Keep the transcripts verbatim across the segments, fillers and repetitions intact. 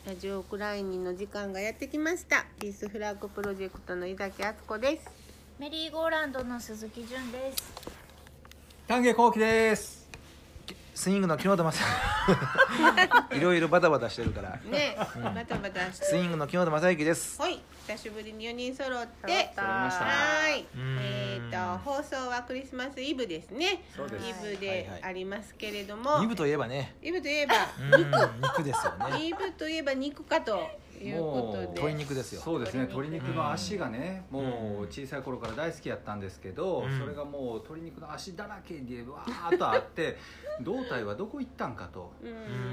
ラジオクライニンの時間がやってきました。ピースフラッグプロジェクトの井崎敦子です。 メリーゴーランドの鈴木純です。 丹下幸喜です。スイングの木本正幸いろいろバタバタしてるからね、うん、バタバタしてスイングの木本正幸です。 はい、久しぶりによにん揃って揃いました。 はい、えーと放送はクリスマスイブですね。 そうです。 イブでありますけれども、 はいはい、イブといえばねイブといえば肉肉ですよね。 イブといえば肉かということで、 鶏肉ですよ。 そうですね、鶏肉の足がね、うん、もう小さい頃から大好きやったんですけど、うん、それがもう鶏肉の足だらけでわーっとあって胴体はどこ行ったんかと、うん、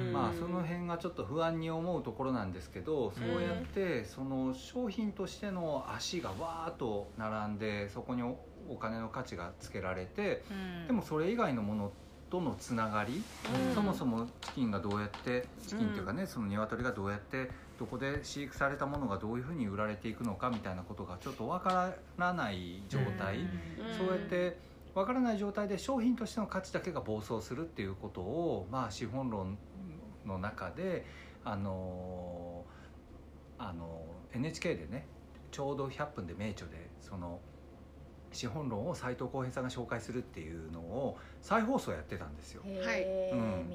まあその辺がちょっと不安に思うところなんですけど、そうやってその商品としての足がわーっと並んでそこに お, お金の価値がつけられて、うん、でもそれ以外のものとのつながり、うん、そもそもチキンがどうやってチキンっていうかね、うん、その鶏がどうやってどこで飼育されたものがどういうふうに売られていくのかみたいなことがちょっとわからない状態、うん、そうやってわからない状態で商品としての価値だけが暴走するっていうことを、まあ、資本論の中であのあの エヌエイチケー でねちょうどひゃっぷんで名著でその資本論を斉藤浩平さんが紹介するっていうのを再放送やってたんですよ。はい、うん、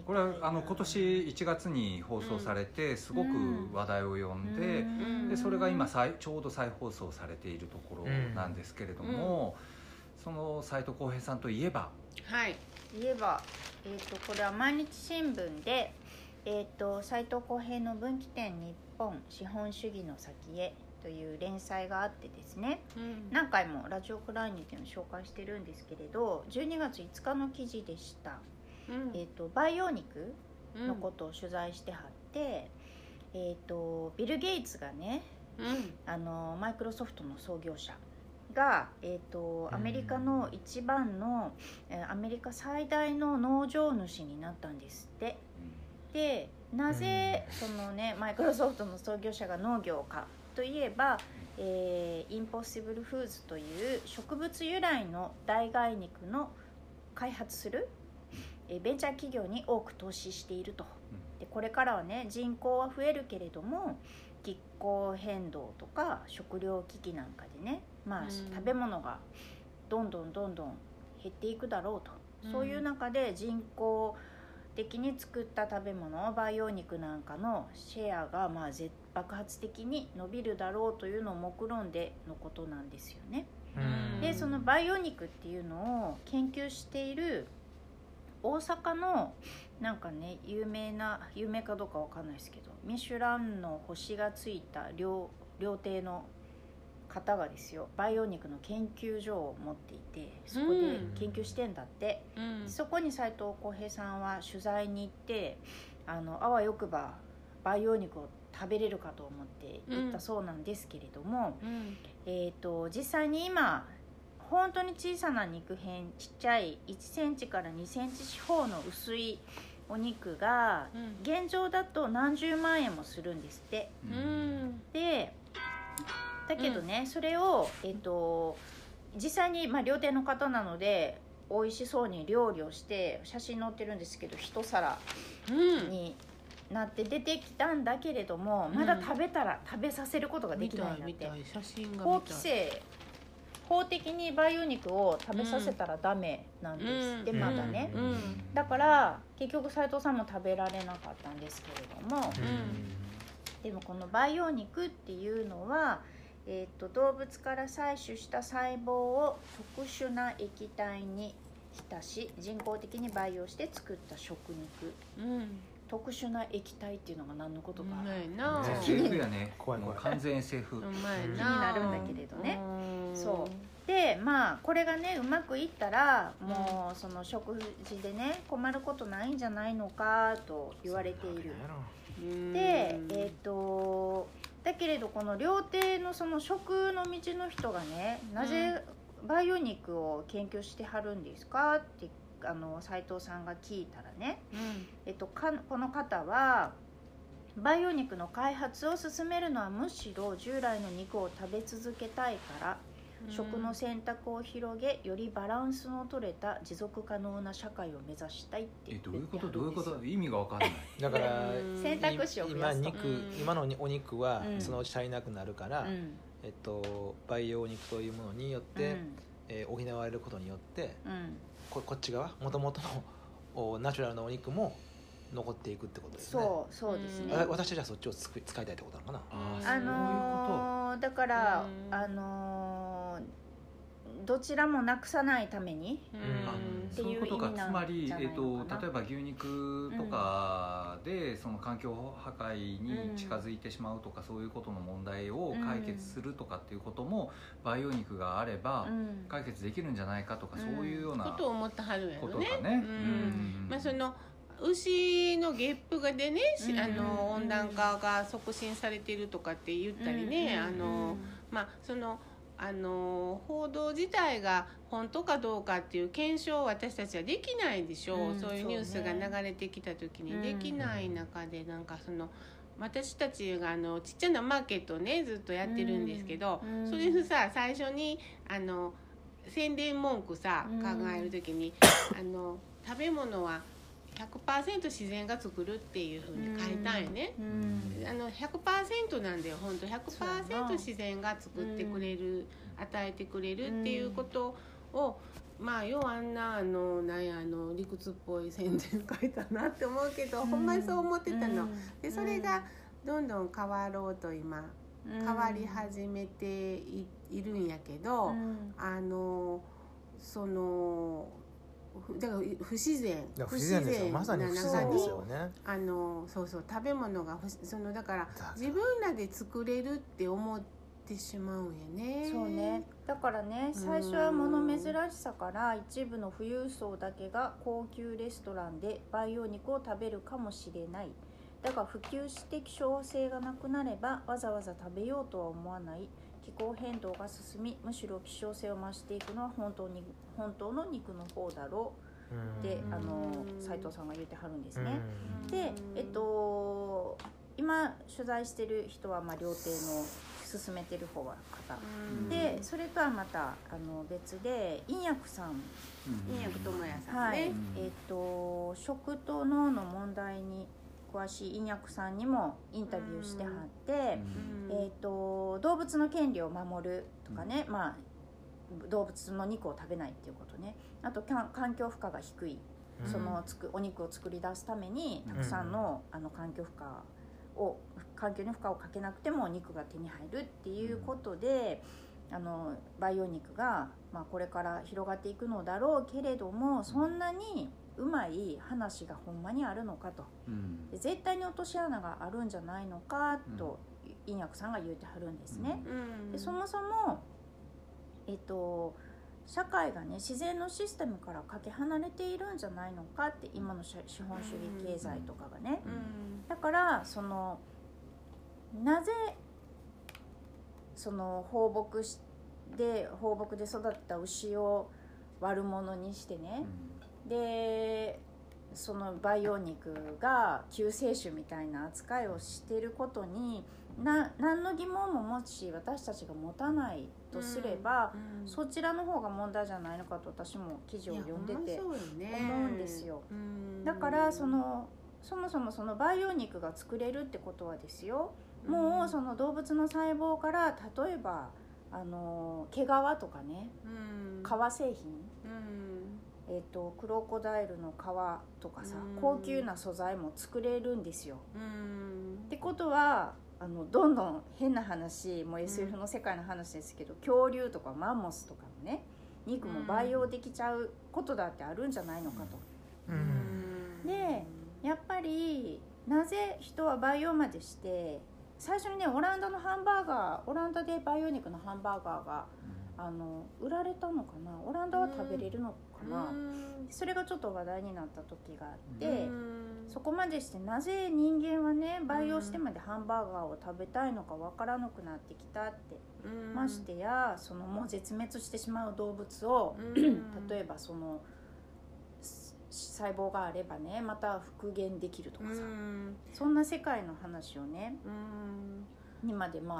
これはあの今年いちがつに放送されてすごく話題を呼んで、うん、でそれが今ちょうど再放送されているところなんですけれども、うん、その斉藤浩平さんといえばはいいえば、えー、とこれは毎日新聞で、えー、と斉藤浩平の分岐点日本資本主義の先へという連載があってですね、うん、何回もラジオクライニンっていうのを紹介してるんですけれど、じゅうにがついつかの記事でした、うんえー、と培養肉のことを取材してはって、うんえー、とビル・ゲイツがね、うん、あのマイクロソフトの創業者が、えー、とアメリカの一番の、うん、アメリカ最大の農場主になったんですって。でなぜそのねマイクロソフトの創業者が農業かといえば、えー、インポッシブルフーズという植物由来の代替肉の開発する、えー、ベンチャー企業に多く投資していると。でこれからはね人口は増えるけれども気候変動とか食糧危機なんかでね、まあ、食べ物がどんどんどんどん減っていくだろうと、うん、そういう中で人口的に作った食べ物培養肉なんかのシェアがまあ爆発的に伸びるだろうというのを目論んでのことなんですよね。でその培養肉っていうのを研究している大阪のなんかね有名な有名かどうかわかんないですけどミシュランの星がついた 料, 料亭の方がですよ培養肉の研究所を持っていてそこで研究してんだって、うん、そこに斉藤浩平さんは取材に行ってあのあわよくば培養肉を食べれるかと思って行ったそうなんですけれども、うんえー、と実際に今本当に小さな肉片ちっちゃいいちセンチからにセンチ四方の薄いお肉が現状だと何十万円もするんですって、うん、でだけどね、うん、それを、えー、と実際に、まあ、料亭の方なので美味しそうに料理をして写真載ってるんですけど一皿になって出てきたんだけれども、うん、まだ食べたら食べさせることができないんだって。法規制法的に培養肉を食べさせたらダメなんですって、うん、まだね、うん、だから結局斉藤さんも食べられなかったんですけれども、うん、でもこの培養肉っていうのはえー、と動物から採取した細胞を特殊な液体に浸し人工的に培養して作った食肉、うん、特殊な液体っていうのが何のことかうまいなエスエフ やね怖い怖い完全 エスエフうまいな気になるんだけれどね。そうでまあこれがねうまくいったらもうその食事でね困ることないんじゃないのかと言われている。でえっ、ー、とだけれどこの料亭のその食の道の人がねなぜ培養肉を研究してはるんですかってあの斉藤さんが聞いたらね、うんえっと、かこの方は培養肉の開発を進めるのはむしろ従来の肉を食べ続けたいから食の選択を広げ、よりバランスの取れた持続可能な社会を目指したいってえどういう言ってことどういうこと意味が分かんないだから選択肢を増やすと今肉今のお肉はうんそのうち足りなくなるから、 うんえっと、培養肉というものによって、 うんえー補われることによってうんここっち側もともとのおナチュラルなお肉も残っていくってことですね。 そうそうですね。 あ私たちはそっちをつく使いたいってことなのかな。 あーあのーだからうんあのーどちらもなくさないためにうんっていうそういうことか意味なんつまり、 じゃないえっのかなと、例えば牛肉とかで、その環境破壊に近づいてしまうとか、そういうことの問題を解決するとかっていうことも培養肉があればうん解決できるんじゃないかとか、 うんそういうようなことを思ってはるんやろね。 ことかね。 うんうんまあその牛のゲップがでね、しうんあの温暖化が促進されているとかって言ったりね、 うんあのまあそのあの報道自体が本当かどうかっていう検証を私たちはできないでしょう、 うんそういうニュースがそうね流れてきた時にうんできない中で、なんかその私たちがあのちっちゃなマーケットをねずっとやってるんですけど、 うんそれのさ最初にあの宣伝文句さうん考える時に、あの食べ物は ひゃくパーセント 自然が作るっていうふうに書いたんよね。 うんあの ひゃくパーセント なんだよ本当 ひゃくパーセント 自然が作ってくれる、与えてくれるっていうことを、まあ要はあんなあのなんやあの理屈っぽい宣伝書いたなって思うけど、ほんまにそう思ってたの。でそれがどんどん変わろうと今変わり始めて い, いるんやけど、 うんあのそのふだから不自然いや不自然ですよ。まさに不自然ですよね。 あのそうそう食べ物が不自そのだからだから自分らで作れるって思ってしまうんやね。 そうね。だからね、最初は物珍しさから一部の富裕層だけが高級レストランで培養肉を食べるかもしれない。だが普及して希少性がなくなればわざわざ食べようとは思わない。気候変動が進み、むしろ希少性を増していくのは本当に本当の肉の方だろうってあの斉藤さんが言ってはるんですね。で、えっと今取材してる人はまあ料亭の進めてる方は方うんで、それとはまたあの別で陰薬さん、 陰薬智也さんはい、 ね。 えっと食と脳の問題に詳しい陰薬さんにもインタビューしてはって、 うんえっと動物の権利を守るとかね、まあ動物の肉を食べないっていうことね、あとかん環境負荷が低い、そのつくお肉を作り出すためにたくさんの,、あの環境負荷を環境に負荷をかけなくてもお肉が手に入るっていうことで、あの培養肉が、まあ、これから広がっていくのだろうけれども、そんなにうまい話がほんまにあるのかと、 うんで絶対に落とし穴があるんじゃないのかと陰薬さんが言うてはるんですね。 うんでそもそも、えっと、社会がね自然のシステムからかけ離れているんじゃないのかって、今の資本主義経済とかがね、 うんだからそのなぜその放牧しで放牧で育った牛を悪者にしてね、でその培養肉が救世主みたいな扱いをしていることにな何の疑問ももし私たちが持たないとすれば、 うんそちらの方が問題じゃないのかと私も記事を読んでていやほんまそうよね思うんですよ。 うんだからそのそもそもその培養肉が作れるってことはですよ、もうその動物の細胞から例えばあの毛皮とかね、 うん革製品、 うんえー、とクロコダイルの皮とかさ、 うん高級な素材も作れるんですよ。 うんってことはあのどんどん変な話、もう エスエフ の世界の話ですけど、恐竜とかマンモスとかのね肉も培養できちゃうことだってあるんじゃないのかと。 うんでやっぱりなぜ人は培養までして、最初にねオランダのハンバーガーオランダで培養肉のハンバーガーがあの売られたのかな、オランダは食べれるのかな、 うんそれがちょっと話題になった時があって、 うんそこまでしてなぜ人間はね培養してまでハンバーガーを食べたいのかわからなくなってきたって、 うんましてやそのもう絶滅してしまう動物を、 うん例えばそのす細胞があればねまた復元できるとかさ、 うんそんな世界の話をねうんにまでまあ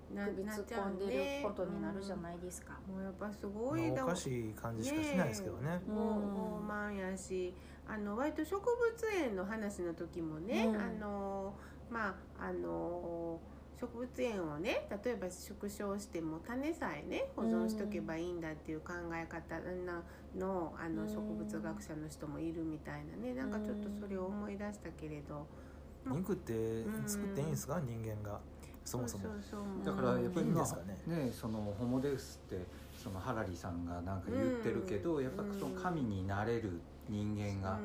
な首突っ込んでることになるじゃないですか。 もうやっぱすごい、 まあ、おかしい感じしかしないですけどね。 ね、傲慢やし、あの割と植物園の話の時もね、うん、あのまああの植物園をね、例えば縮小しても種さえね保存しとけばいいんだっていう考え方の、あの植物学者の人もいるみたいなね、なんかちょっとそれを思い出したけれど、 肉って作っていいんですか、人間がそもそも。 そうそうそう、 だからやっぱり今ですかね、 ね、そのホモデウスってそのハラリさんがなんか言ってるけど、うん、やっぱりその神になれる人間が、うん、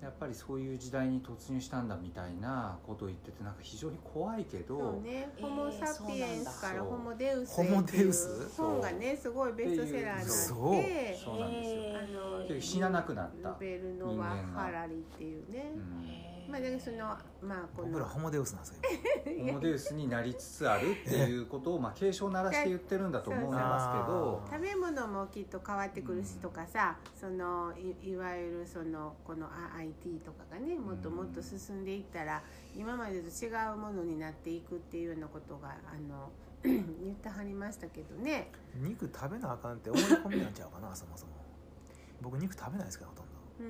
やっぱりそういう時代に突入したんだみたいなことを言ってて、なんか非常に怖いけど、 そうね、ホモサピエンスからホモデウスへっていう本がねすごいベストセラーになって、 そうなんですよ、あの死ななくなったルベルノワ・ハラリっていうね、うん、まあ、だからその、まあ、この僕らホモデウスなんですよホモデウスになりつつあるっていうことを、まあ、警鐘を鳴らして言ってるんだと思いますけど、 食べ物もきっと変わってくるしとかさ、うん、その い, いわゆるそのこの アイティー とかがねもっともっと進んでいったら、うん、今までと違うものになっていくっていうようなことがあの言ってはりましたけどね。 肉食べなあかんって思い込みなんちゃうかなそもそも。僕肉食べないですけどほとんど。 うん、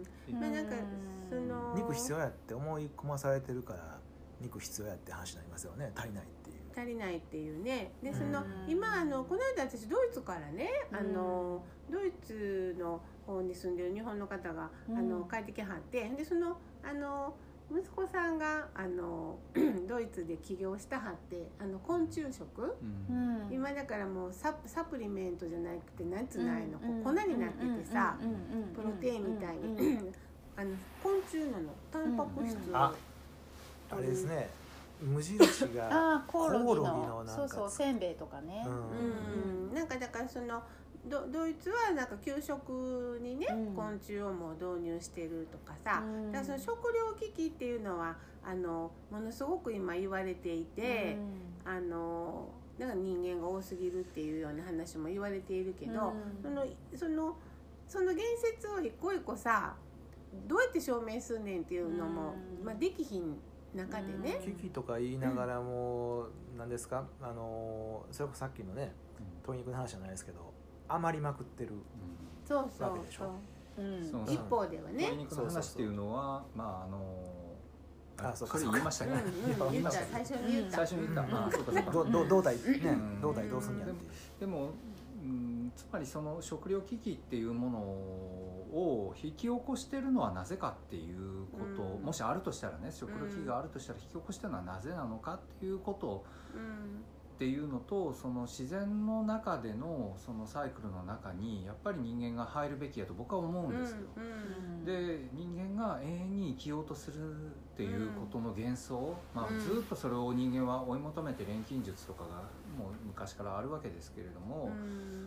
まあ、なんかその肉必要やって思い込まされてるから肉必要やって話になりますよね。足りないっていう足りないっていうね。でその今あのこの間私ドイツからね、あのドイツの方に住んでる日本の方があの帰ってきはって、でそのあの息子さんがあのドイツで起業したはってあの昆虫食、うん、今だからもう サ, サプリメントじゃなくてなんつうのあの、うん、粉になっててさ、プロテインみたいにあの昆虫なのタンパク質を、 ああれですね、無印があコオロギ の, のなんかそうそうせんべいとかね、 うんうん、なんかだからそのド, ドイツはなんか給食にね、うん、昆虫をもう導入してるとかさ、うん、だからその食糧危機っていうのはあのものすごく今言われていて、うん、あのなんか人間が多すぎるっていうような話も言われているけど、うん、そのそのその言説を一個一個さどうやって証明すんねんっていうのも、うん、まあ、できひん中でね、 危機とか言いながらも何ですか、あのそれこそさっきのね鶏肉の話じゃないですけど余りまくってるわけでしょ。一方ではね鶏肉の話っていうのはまああのあそうかそれ言いましたね、 言いました最初に言った最初に言った、あそうかそうか胴体ね胴体どうすんやっていう。 でもつまりその食糧危機っていうものを引き起こしてるのはなぜかっていうこと、うん、もしあるとしたらね食糧危機があるとしたら引き起こしてるのはなぜなのかっていうことっていうのと、その自然の中でのそのサイクルの中にやっぱり人間が入るべきやと僕は思うんですよ、うんうん、で人間が永遠に生きようとするっていうことの幻想、まあ、ずっとそれを人間は追い求めて錬金術とかがもう昔からあるわけですけれども、うん、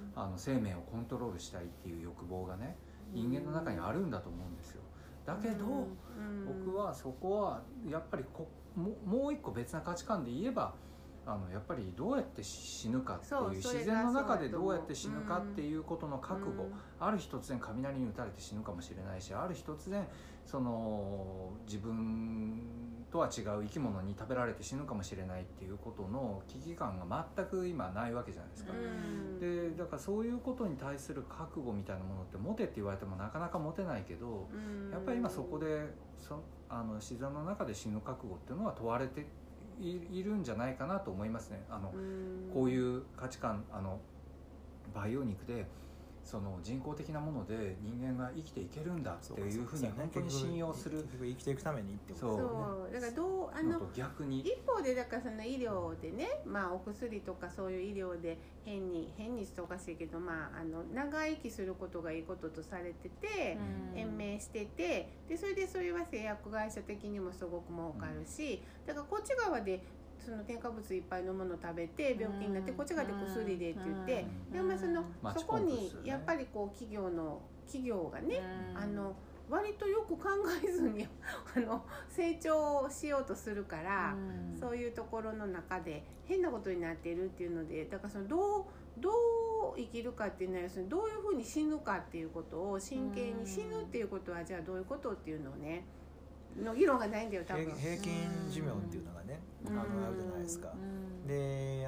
あの生命をコントロールしたいっていう欲望がね人間の中にあるんだと思うんですよ。だけど、うん、僕はそこはやっぱりこ も, もう一個別な価値観で言えばあのやっぱりどうやって死ぬかっていう自然の中でどうやって死ぬかっていうことの覚悟、うん、ある日突然雷に打たれて死ぬかもしれないし、ある日突然その自分とは違う生き物に食べられて死ぬかもしれないっていうことの危機感が全く今ないわけじゃないですか、うん、でだからそういうことに対する覚悟みたいなものって持てって言われてもなかなか持てないけど、うん、やっぱり今そこでそあの自然の中で死ぬ覚悟っていうのは問われているんじゃないかなと思いますね。あのこういう価値観あの培養肉でその人工的なもので人間が生きていけるんだっていうふうに本当に信用する、 結局生きていくためにってことですね。そうだからどうあの逆に一方でだからその医療でね、まあお薬とかそういう医療で変に変にしておかしいけど、まああの長生きすることがいいこととされてて、延命してて、でそれでそれは製薬会社的にもすごく儲かるし、だからこっち側でその添加物いっぱいのものを食べて病気になってこっち側で薬でって言って、でまあそのそこにやっぱりこう企業の企業がね、あの割とよく考えずにあの成長しようとするから、そういうところの中で変なことになっているっていうので、だからそのどうどう生きるかっていうのは要するにどういうふうに死ぬかっていうことを真剣に、死ぬっていうことはじゃあどういうことっていうのをねの議論がないんだよ多分。 平均寿命っていうのがね、あのあるじゃないですか。で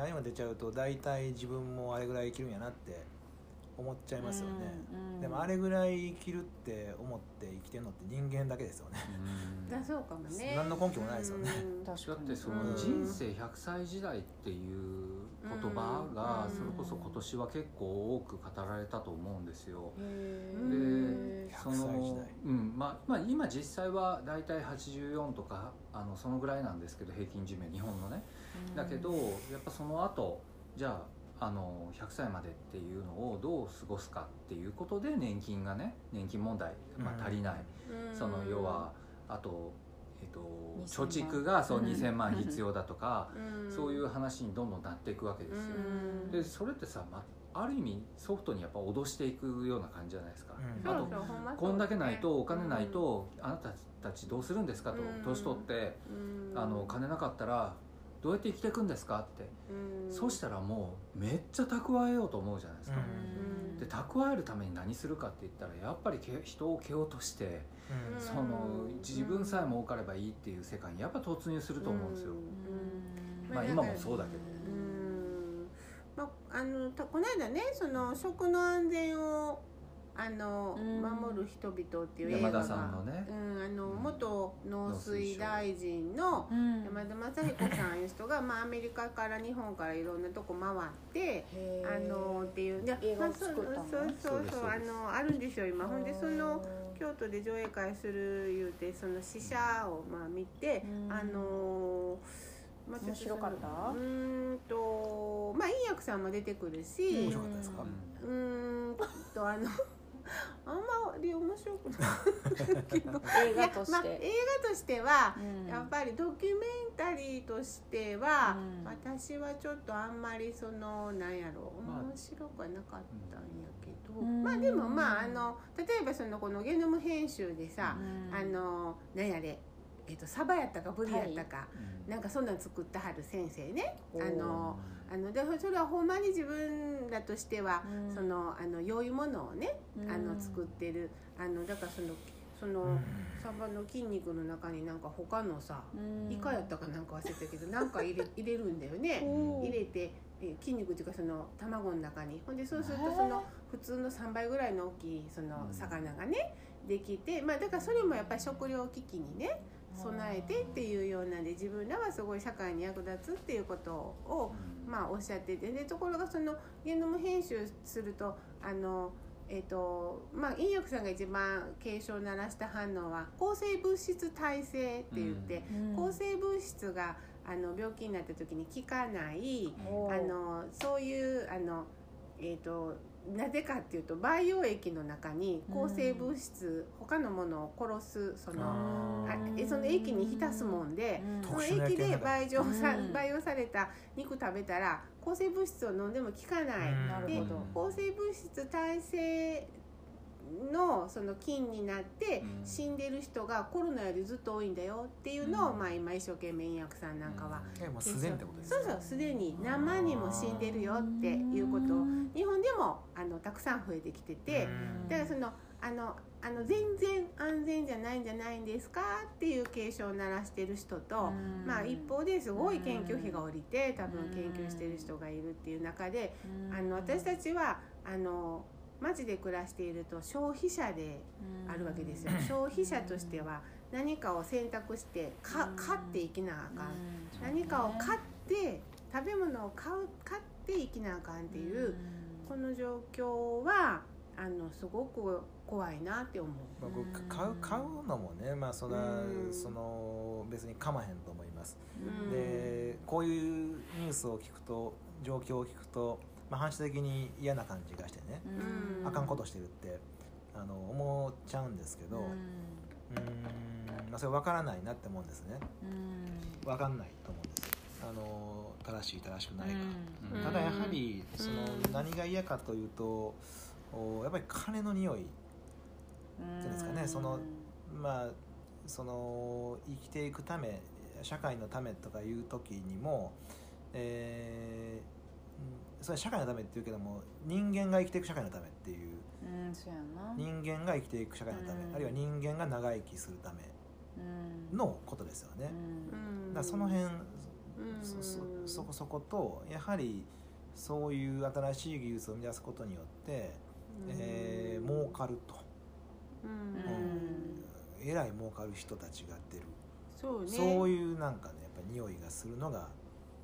何も出ちゃうと大体自分もあれぐらい生きるんやなって思っちゃいますよね、うんうん、でもあれぐらい生きるって思って生きてるのって人間だけですよね、 うん、だそうかもね。 何の根拠もないですよね、 うん、だってその人生ひゃくさい時代っていう言葉がそれこそ今年は結構多く語られたと思うんですよ。でその、うんまあ、まあ今実際はだいたいはちじゅうよんとかあのそのぐらいなんですけど、平均寿命日本のね、だけどやっぱその後じゃああのひゃくさいまでっていうのをどう過ごすかっていうことで年金がね、年金問題、まあ、足りない、うん、その要はあと、えっと、貯蓄がそうにせんまん必要だとか、うん、そういう話にどんどんなっていくわけですよ、うん、でそれってさ、まあ、ある意味ソフトにやっぱ脅していくような感じじゃないですか、うん、あとこんだけないとお金ないと、うん、あなたたちどうするんですかと、うん、年取って、うん、あの金なかったらどうやって生きていくんですかって、うん、そうしたらもうめっちゃ蓄えようと思うじゃないですか、うん、で蓄えるために何するかって言ったらやっぱり人を蹴落として、うん、その自分さえ儲かればいいっていう世界にやっぱ突入すると思うんですよ、うん、まあ今もそうだけど、 うんまあ、あのこの間ねその食の安全をあの守る人々っていう映画が、 山田さんのね、 うん、あの元農水大臣の山田正彦さんいう人が、まあ、アメリカから日本からいろんなとこ回ってあのっていう映画を作ったの、 まあ、そうそうそうあのあるんですよ今。ほんでその京都で上映会するいうてその試写をまあ見てあのまあ、面白かった？ うーんとまあいい役さんも出てくるし、 面白かったですか？ うーんとあのあんまり面白くないけど映画として、まあ、 映画としては、うん、やっぱりドキュメンタリーとしては、うん、私はちょっとあんまりそのなんやろ面白くはなかったんやけど、うん、まあでもまああの例えばそのこのゲノム編集でさ、うん、あのなんやれえー、とサバやったかブリやったか、はい、なんかそんなん作ってはる先生ね、あのあのでそれはほんまに自分らとしては、うん、そのあの良いものをね、うん、あの作ってるあのだからそのその、うん、サバの筋肉の中になんか他のさ、うん、イカやったかなんか忘れたけどなんか入れ入れるんだよね入れて筋肉っていうかその卵の中にほんでそうするとその普通のさんばいぐらいの大きいその魚がねできて、まあだからそれもやっぱり食糧危機にね備えてっていうようなんで自分らはすごい社会に役立つっていうことを、まあ、おっしゃってて、でところがそのゲノム編集するとあの、えーとまあ、医薬さんが一番警鐘を鳴らした反応は抗生物質耐性って言って、うん、抗生物質があの病気になった時に効かない、うん、あのそういうあの、えーとなぜかっていうと培養液の中に抗生物質、うん、他のものを殺すそのあその液に浸すもんで、うん、その液で培養さ、うん、培養された肉食べたら抗生物質を飲んでも効かない、うん、で抗生物質耐性のその菌になって死んでる人がコロナよりずっと多いんだよっていうのを、うん、まあ今一生懸命医薬さんなんかは、 うん、もうすでにってことですか？そうそうすでに何万人も死んでるよっていうことを日本でもあのたくさん増えてきてて、だからそのあのあの全然安全じゃないんじゃないんですかっていう警鐘を鳴らしてる人と、まあ一方ですごい研究費が下りて多分研究してる人がいるっていう中で、あの私たちはあの街で暮らしていると消費者であるわけですよ。消費者としては何かを選択してか買っていきなあかん、何かを買って食べ物を買う買っていきなあかんっていうこの状況はあのすごく怖いなって思う。 まあ、買う買うのもね、まあそれはその別に構へんと思います。でこういうニュースを聞くと状況を聞くと。まあ、反射的に嫌な感じがしてね、あかんことしてるってあの思っちゃうんですけど、うーん、まあ、それ分からないなって思うんですね。分かんないと思うんです。あの正しい正しくないか。ただやはりその何が嫌かというと、やっぱり金の匂いっていうんですかね。そのまあその生きていくため社会のためとかいう時にも、えーそれは社会のためって言うけども人間が生きていく社会のためっていう、 うん、そうやな人間が生きていく社会のため、うん、あるいは人間が長生きするためのことですよね、うん、だからその辺そ, そ, そこそことやはりそういう新しい技術を生み出すことによって、えー、儲かると、うんうん、えらい儲かる人たちが出る、 そうね、 そういうなんかねやっぱり匂いがするのが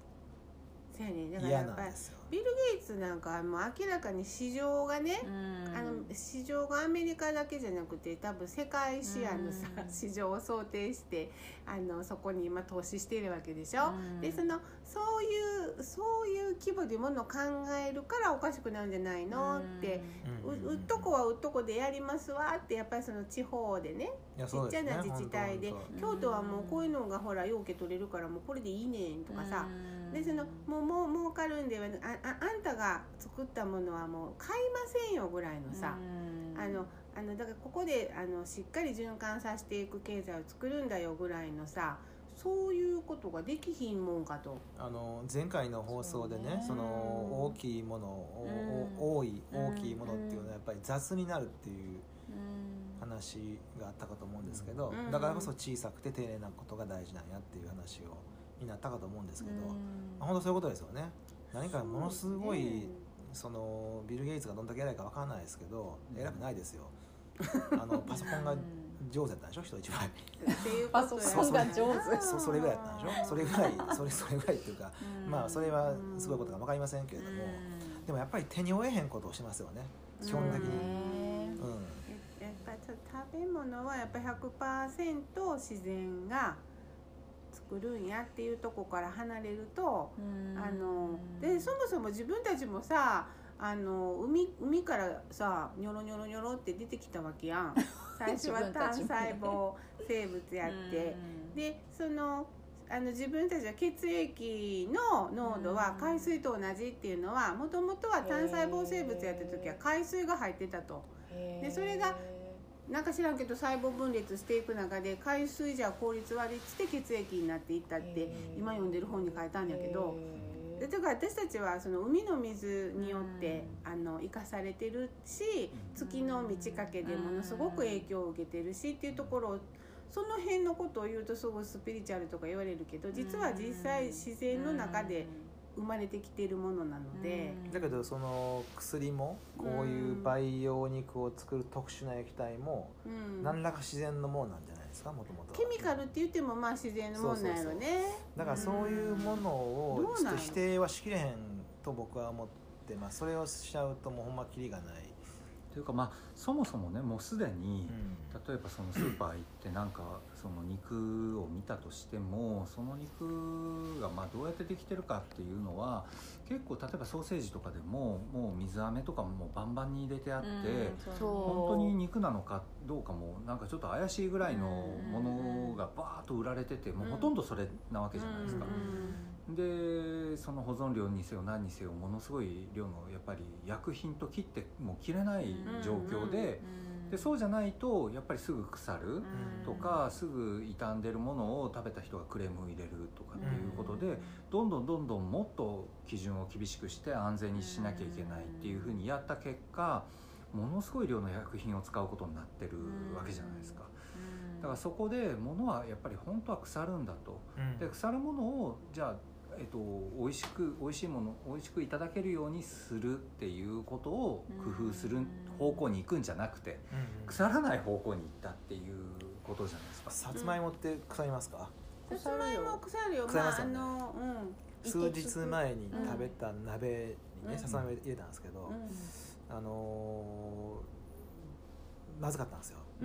嫌なんですよ。 ビル・ゲイツなんかはもう明らかに市場がね、あの市場がアメリカだけじゃなくて多分世界視野のさ市場を想定してあのそこに今投資しているわけでしょ。でそのそういうそういう規模でものを考えるからおかしくなるんじゃないのってうっとこはうっとこでやりますわってやっぱりその地方でねちっちゃな自治体で京都はもうこういうのがほらよう受け取れるからもうこれでいいねんとかさでそのもうもう儲かるんではあああんたが作ったものはもう買いませんよぐらいのさあのあのだからここであのしっかり循環させていく経済を作るんだよぐらいのさそういうことができひんもんかとあの前回の放送で ね, そ, ねその大きいものを多い大きいものっていうのはやっぱり雑になるっていう話があったかと思うんですけどだからこそ小さくて丁寧なことが大事なんやっていう話をになったかと思うんですけど本当そういうことですよね。何かものすごいそのビル・ゲイツがどんだけ偉いか分からないですけど偉くないですよ。あのパソコンが上手だったんでしょ人一倍パソコンが上手そ, それぐらいだったんでしょそれぐらいそれそれぐらいっていうかまあそれはすごいことか分かりませんけれどもでもやっぱり手に負えへんことをしますよね基本的に。うん、 やっぱり食べ物はやっぱり ひゃくパーセント 自然が作るんやっていうとこから離れるとあのでそもそも自分たちもさあの 海, 海からさニョロニョロニョロって出てきたわけやん最初は単細胞生物やってでそのあの自分たちは血液の濃度は海水と同じっていうのはもともとは単細胞生物やった時は海水が入ってたとでそれがなんか知らんけど細胞分裂していく中で海水じゃ効率悪いっつって血液になっていったって今読んでる本に書いたんやけどだから私たちはその海の水によってあの生かされてるし月の満ち欠けでものすごく影響を受けてるしっていうところをその辺のことを言うとすごいスピリチュアルとか言われるけど実は実際自然の中で生まれてきているものなのでだけどその薬もこういう培養肉を作る特殊な液体も何らか自然のものなんじゃないですかもともとケミカルって言ってもまあ自然のものなんやろね。そうそうそうだからそういうものをちょっと否定はしきれへんと僕は思ってます。それをしちゃうともうほんまキリがないというかまあそもそもねもうすでに、うん、例えばそのスーパー行ってなんかその肉を見たとしてもその肉がまあどうやってできてるかっていうのは結構例えばソーセージとかでももう水飴とかももうバンバンに入れてあって、うん、本当に肉なのかどうかもなんかちょっと怪しいぐらいのものがバーッと売られててもうほとんどそれなわけじゃないですか。でその保存料にせよ何にせよものすごい量のやっぱり薬品と切ってもう切れない状況で、でそうじゃないとやっぱりすぐ腐るとかすぐ傷んでるものを食べた人がクレームを入れるとかっていうことでどんどんどんどんもっと基準を厳しくして安全にしなきゃいけないっていうふうにやった結果ものすごい量の薬品を使うことになってるわけじゃないですか。だからそこで物はやっぱり本当は腐るんだと、で腐るものをじゃあえっと、美味しく美味しいもの美味しくいただけるようにするっていうことを工夫する方向に行くんじゃなくて、うんうん、腐らない方向に行ったっていうことじゃないですか。 さつまいもって腐りますか？ さつまいも腐るよ。 腐りますよね。 まああのうん、 数日前に食べた鍋にね、うん、さつまいも入れたんですけど、うん、あのー、まずかったんですよ、うん、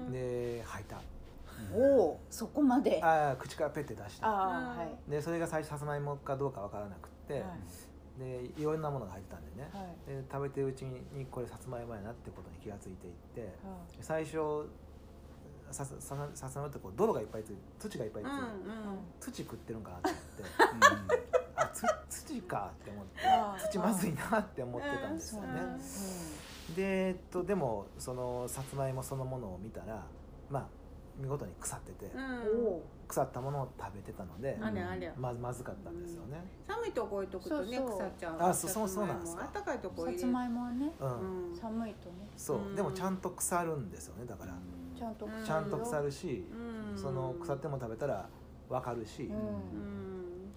で吐いた。 おお、そこまであ口からペッて出した。 あ、はい、 でそれが最初さつまいもかどうかわからなくて、はい、でいろんなものが入ってたんでね、はい、で食べてるうちにこれさつまいもやなってことに気がついていって、はい、最初ささささつまいもってこう泥がいっぱいついて土がいっぱいついて、うんうん、土食ってるんかなと思って、うん、あつ土かって思って土まずいなって思ってたんですよね、うんうん、で、えっと、でもそのさつまいもそのものを見たらまあ見事に腐ってて、うん、腐ったものを食べてたので、 あれあれま, まずかったんですよね、 うん、寒いとこ置いとくとねそうそう腐っちゃう。 あそうそうそうなんですか。 暖かいとこ入れさつまいもはね、 うん、 寒いとねそう、うん、でもちゃんと腐るんですよね。だから、うん、 ちゃんと腐るちゃんと腐るし、うん、その腐っても食べたら分かるし、うん、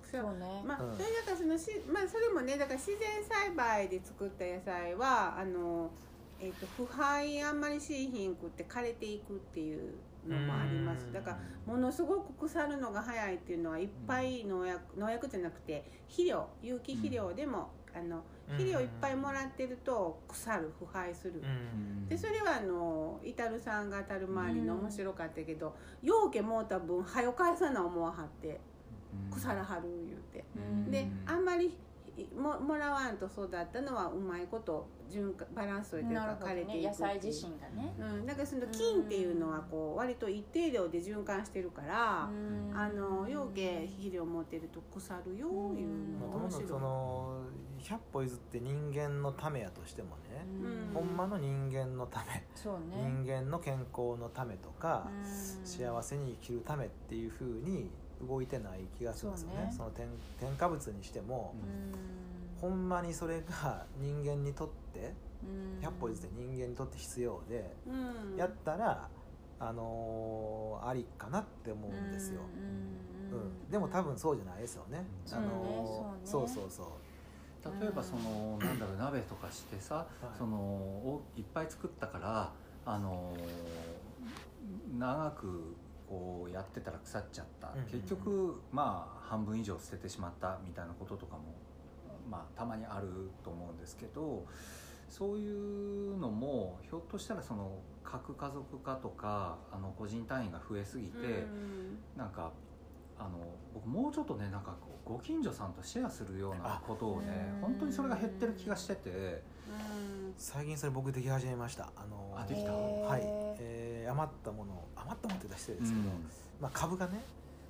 そうね、 まあ、 うんそれだからそのし、まあ、それもねだから自然栽培で作った野菜はあの、えー、と腐敗あんまりしいひんくって枯れていくっていうのもあります。だからものすごく腐るのが早いっていうのはいっぱい農薬、農薬じゃなくて肥料有機肥料でも、あの肥料いっぱいもらってると腐る腐敗する、でそれはあのイタルさんがタル周りの面白かったけど、ようけもうた分はよ返さな思わはって腐らはる言うて、であんまりも, もらわんと育ったのはうまいこと循環バランスといてか枯れていくっていう、 ね、野菜自身がね、 うん、だからその菌っていうのはこう割と一定量で循環してるから、あの養鶏肥料持ってると腐るよいうのが面白い。 そのひゃっぽ譲って人間のためやとしてもね、 うん、 ほんまの人間のため、 そうね、 人間の健康のためとか、幸せに生きるためっていう風に動いてない気がするんですよね。 そ, ねその 添, 添加物にしても、うん、ほんまにそれが人間にとってひゃっぽ譲って人間にとって必要で、うん、やったらあのー、ありかなって思うんですよ、うんうん、でも多分そうじゃないですよね、うん、あのー、そうね、そうそうそう例えばそのなんだろう鍋とかしてさ、はい、そのいっぱい作ったからあのー、長くこうやってたら腐っちゃった、うんうん、結局まあ半分以上捨ててしまったみたいなこととかもまあたまにあると思うんですけど、そういうのもひょっとしたらその核家族化とかあの個人単位が増えすぎて、うんうん、なんかあの僕もうちょっとねなんかこうご近所さんとシェアするようなことをね本当にそれが減ってる気がしてて、うん、 最近それ僕でき始めました。あのあできた、 はい、えー、余ったもの余ったものって出してるんですけど、うん、まあ株がね、 うん、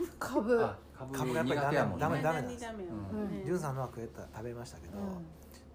株株株がやっぱりダメダメダメなんです。ジュンさんのは食えた食べましたけど、うん、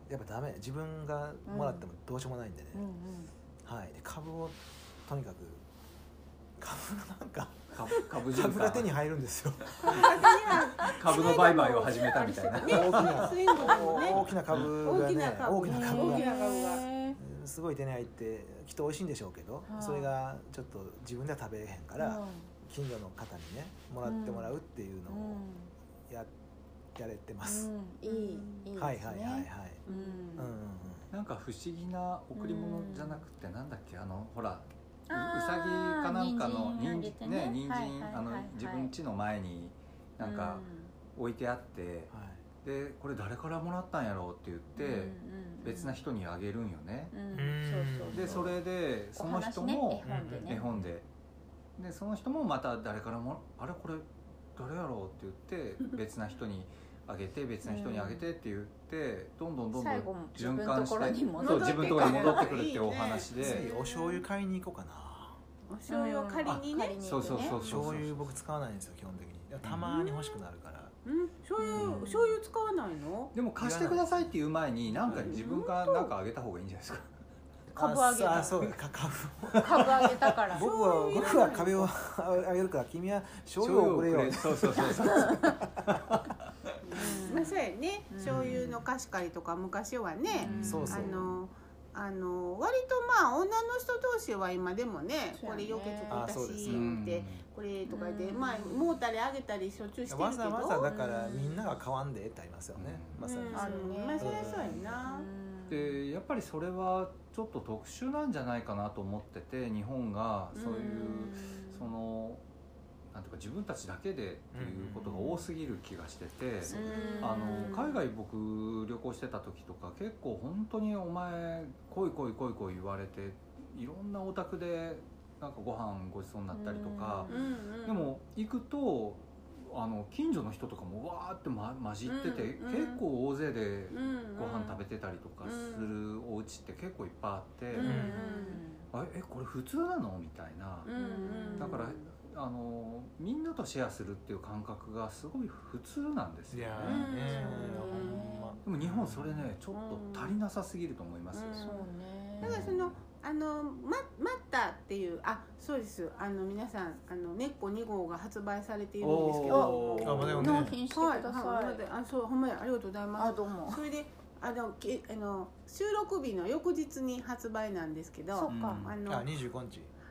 やっぱダメ、自分がもらってもどうしようもないんでね、うんうんうん、はい、で株をとにかく株がなんか株, 株が手に入るんですよ株の売買を始めたみたいな大きな大きな株がね大きな株がすごい手に入ってきっと美味しいんでしょうけど、それがちょっと自分では食べれへんから近所の方にねもらってもらうっていうのを や, やれてます、 うん、いいいいですね、 はいはいはいはい、うんうんうん、 なんか不思議な贈り物じゃなくて、なんだっけあのほらうさぎかなんかの人参ね、人参あの自分家の前になんか置いてあって、うん、でこれ誰からもらったんやろうって言って、うん、別な人にあげるんよね、うん、でそれでその人も絵本で、でその人もまた誰からもあれこれ誰やろうって言って別な人にあげて別な人にあげてって言ってどんどんどんどん循環して、そう自分のところに戻ってくるっていうお話で、 次お醤油買いに行こうかな。 お醤油を借りにね、 そうそうそう、 醤油僕使わないんですよ基本的に。たまに欲しくなるから。 うん、醤油、うん、醤油使わないの？ でも貸してくださいっていう前になんか自分からなんかあげた方がいいんじゃないですか。 株あげた。 あ、そうか株。 株あげたから。 僕は僕は壁をあげるから君は醤油をくれよ。 そうそうそうそう。 まあそうやね、醤油の貸し借りとか昔はね、 うん、そうそう、 あのあの割とまあ女の人同士は今でもね、これよけ作ったしってこれとかで、まあモーターであげたりしょっちゅうしてるけど、 わざわざだからみんなが買わんでってありますよね、 まさに、あるね、まあそれはそうやな。 でやっぱりそれはちょっと特殊なんじゃないかなと思ってて、日本がそういうそのなんていうか自分たちだけでっていうことが多すぎる気がしてて、あの海外僕旅行してた時とか結構本当にお前来い来い来い来い言われて、いろんなお宅でなんかご飯ごちそうになったりとか、でも行くとあの近所の人とかもわーって、ま、混じってて、うんうん、結構大勢でご飯食べてたりとかするお家って結構いっぱいあって、うんうん、あえこれ普通なのみたいな、うんうん、だからあのみんなとシェアするっていう感覚がすごい普通なんですよね。でも日本それねちょっと足りなさすぎると思いますよ、うん、そうね。だからそのあのマッタっていうあそうですあの皆さんあの根っこに号が発売されているんですけど、 納品してください。 はい、あそうほんまやありがとうございます。 あどうも。 それであのあの収録日の翌日に発売なんですけど、 そっかあのあにじゅうごにち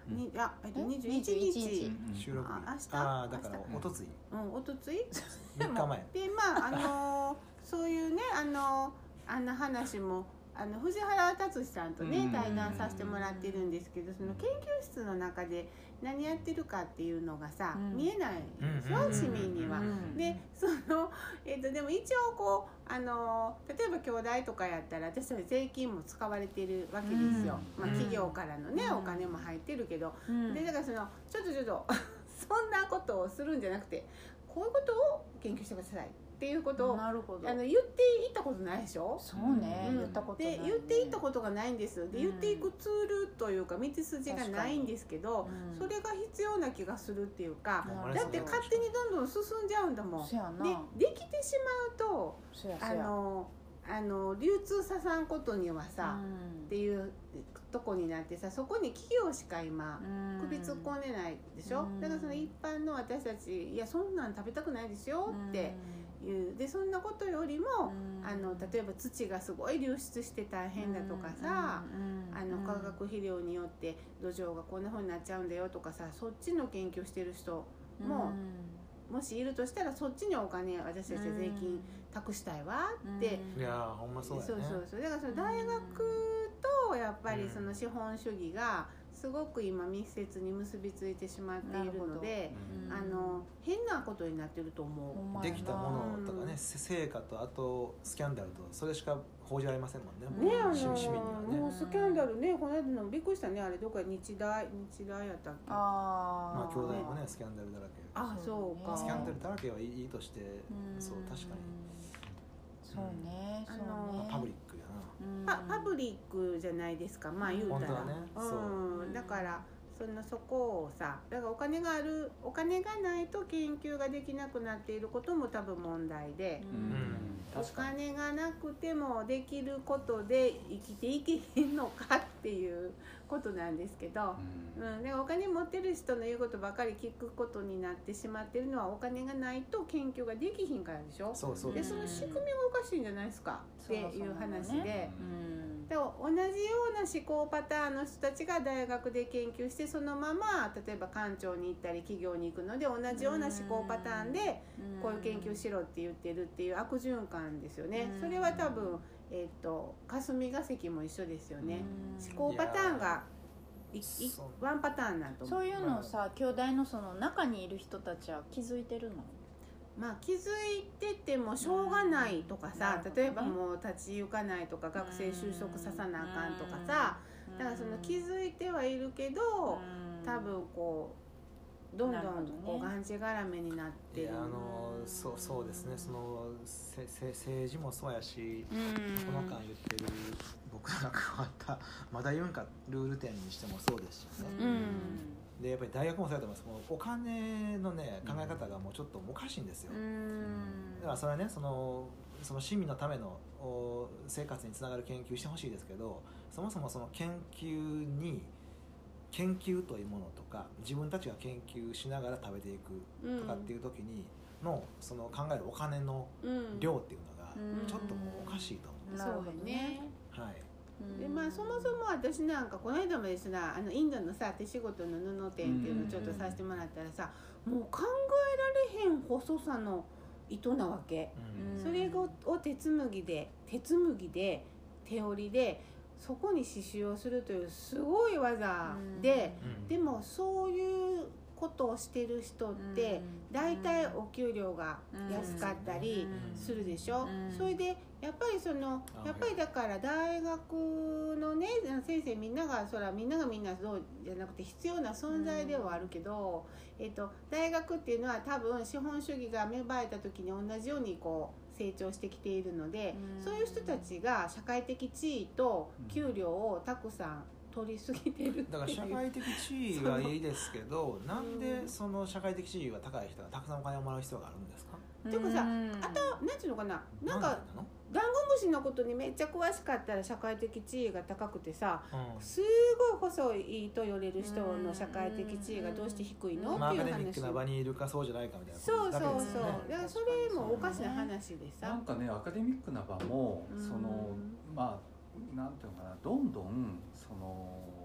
にあえっとにじゅういちにち収録日あ明日ああだから明おとついうんおとついみっかまえでまああのそういうねあのあんな話もあの藤原達さんとねうん対談させてもらってるんですけど、その研究室の中で何やってるかっていうのがさ、 うん見えないでしょ、 うん市民には。 うんでその、えー、とでも一応こうあの例えば兄弟とかやったら私たち税金も使われてるわけですよ、 うんまあ、企業からのね、 うんお金も入ってるけど、 うんでだからそのちょっとちょっとそんなことをするんじゃなくてこういうことを研究してくださいっていうことをなるほどあの言っていったことないでしょ。 そうね、 うん言ったことない、ね、 で言っていったことがないんですでうん言っていくツールというか道筋がないんですけど、 うんそれが必要な気がするっていうか、 うんだって勝手にどんどん進んじゃうんだもん。 そやなでできてしまうとあそやそやのあの流通ささんことにはさ、 うんっていうとこになってさそこに企業しか今うん首突っ込んでないでしょ、 うんだからその一般の私たちいやそんなん食べたくないですよっていうでそんなことよりも、 うんあの例えば土がすごい流出して大変だとかさ、 うんあの化学肥料によって土壌がこんな風になっちゃうんだよとかさそっちの研究してる人も、もしいるとしたらそっちにお金私たちは税金託したいわって、 いやーほんまそうやねそうそうそうだからその大学とやっぱりその資本主義がすごく今密接に結びついてしまっているので、 うんあの変なことになってると思う。 できたものとかね、 うん成果とあとスキャンダルとそれしか報じられませんもんね。 ねあの市市民にはね。 もうスキャンダルねこの間のびっくりしたねあれどこか日大日大やったっけあまあ兄弟ねもねスキャンダルだらけ。 あそうかスキャンダルだらけはいいとして、 うんそう確かにそうね、 うんそうねパブリックやな。 パパブリックじゃないですかまあ言うたら、 本当はねそううん、だからそのそこをさだからお金があるお金がないと研究ができなくなっていることも多分問題で、 うんお金がなくてもできることで生きていけへんのかっていうことなんですけど、うん、でお金持ってる人の言うことばかり聞くことになってしまってるのはお金がないと研究ができひんからでしょ。 そうそうでその仕組みがおかしいんじゃないですかっていう話で。 うんで同じような思考パターンの人たちが大学で研究してそのまま例えば官庁に行ったり企業に行くので同じような思考パターンでこういう研究しろって言ってるっていう悪循環ですよね。それは多分、えー、と霞が関も一緒ですよね。思考パターンがいいワンパターンなんと思う。 そういうのをさ兄弟のその中にいる人たちは気づいてるの？ まあ、気づいててもしょうがないとかさ、 うん例えばもう立ち行かないとか学生就職ささなあかんとかさ、だからその気づいてはいるけど、多分こうどんどんこうがんじがらめになってる。 いやあのそうそうですねそのせせ政治もそうやし、 うんこの間言ってる僕が関わったまだ言うんかルール展にしてもそうですしね。 うんでやっぱり大学もそうやと思います。もうお金のね考え方がもうちょっとおかしいんですよ。 うんだからそれはねそのその市民のためのお生活につながる研究してほしいですけど、そもそもその研究に研究というものとか自分たちが研究しながら食べていくとかっていう時にのその考えるお金のうん量っていうのがうんちょっともうおかしいと思うんですよ。 そうよね。 はい。 でまあ、そもそも私なんかこの間もですねあのインドのさ手仕事の布店っていうのをちょっとさせてもらったらさ、もう考えられへん細さの糸なわけ、 うんそれを手紡ぎで手紡ぎで手織りでそこに刺繍をするというすごい技で、 うんでもそういうことをしてる人って大体お給料が安かったりするでしょ、 うんそれでやっぱりそのやっぱりだから大学のね先生みんながそらみんながみんなそうじゃなくて必要な存在ではあるけど、えっと、大学っていうのは多分資本主義が芽生えた時に同じようにこう成長してきているので、 うんそういう人たちが社会的地位と給料をたくさん取りすぎてるっていうだから社会的地位はいいですけどなんでその社会的地位が高い人がたくさんお金をもらう必要があるんですか？ ていうかさあとなんていうのかななんかなんでなの？ ダンゴムシのことにめっちゃ詳しかったら社会的地位が高くてさうんすごい細いと言われる人の社会的地位がどうして低いのまあ、 っていう話アカデミックな場にいるかそうじゃないかみたいなそうそうそうだけですよね。 だからそれもおかしな話でさなんかねアカデミックな場もうんそのまあなんていうのかなどんどんその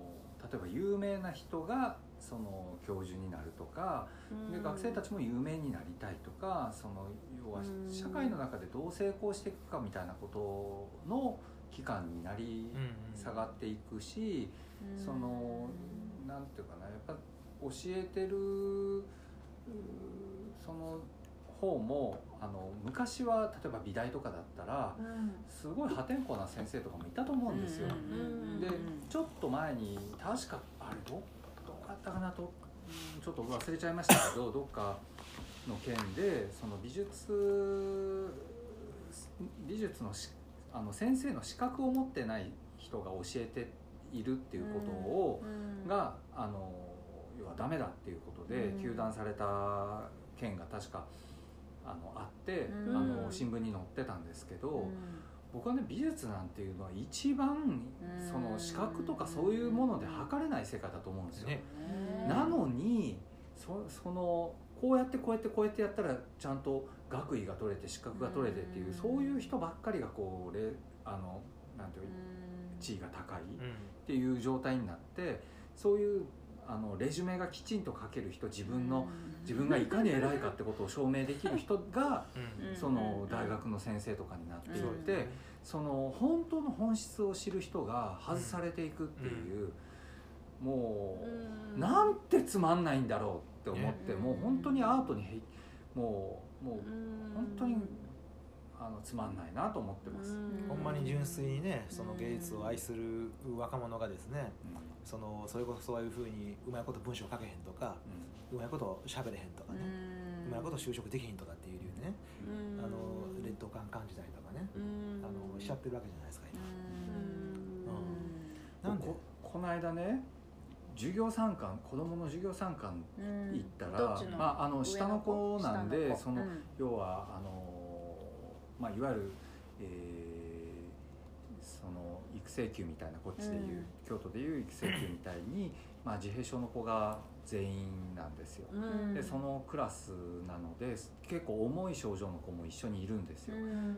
例えば有名な人がその教授になるとか、うん、で学生たちも有名になりたいとか、その要は社会の中でどう成功していくかみたいなことの期間になり下がっていくし、うん、そのなんていうかな、やっぱ教えてるその方もあの昔は例えば美大とかだったら、うん、すごい破天荒な先生とかもいたと思うんですよ、うん、でちょっと前に確かあれどどうだったかなとちょっと忘れちゃいましたけどどっかの件でその美術美術のしあの先生の資格を持ってない人が教えているっていうことを、うん、があの要はダメだっていうことで糾弾された件が確かあのあって、うん、あの新聞に載ってたんですけど、うん、僕はね美術なんていうのは一番、うん、その視覚とかそういうもので測れない世界だと思うんですよ、ね、なのに そ, そのこうやってこうやってこうやってやったらちゃんと学位が取れて資格が取れてっていう、うん、そういう人ばっかりがこうレあのなんていう地位が高いっていう状態になって、そういうあのレジュメがきちんと書ける人、自分の自分がいかに偉いかってことを証明できる人がその大学の先生とかになっていて、その本当の本質を知る人が外されていくっていう、もうなんてつまんないんだろうって思って、もう本当にアートにもうもう本当にあのつまんないなと思ってます。 ほんまに純粋にね、その芸術を愛する若者がですね、そのそれこそそういうふうにうまいこと文章書けへんとか、うまいこと喋れへんとかね、うまいこと就職できへんとかっていう理由でね、あの劣等感感じたりとかね、あのしちゃってるわけじゃないですか今。 なんで こ, この間ね、授業参観、子供の授業参観行ったら、うん、まあ、あの下の子なんで、その、うん、要はあの、まあ、いわゆる、えー、その育成級みたいな、こっちでいう、うん、京都でいう育成級みたいに、まあ、自閉症の子が全員なんですよ、うん、でそのクラスなので結構重い症状の子も一緒にいるんですよ、うん、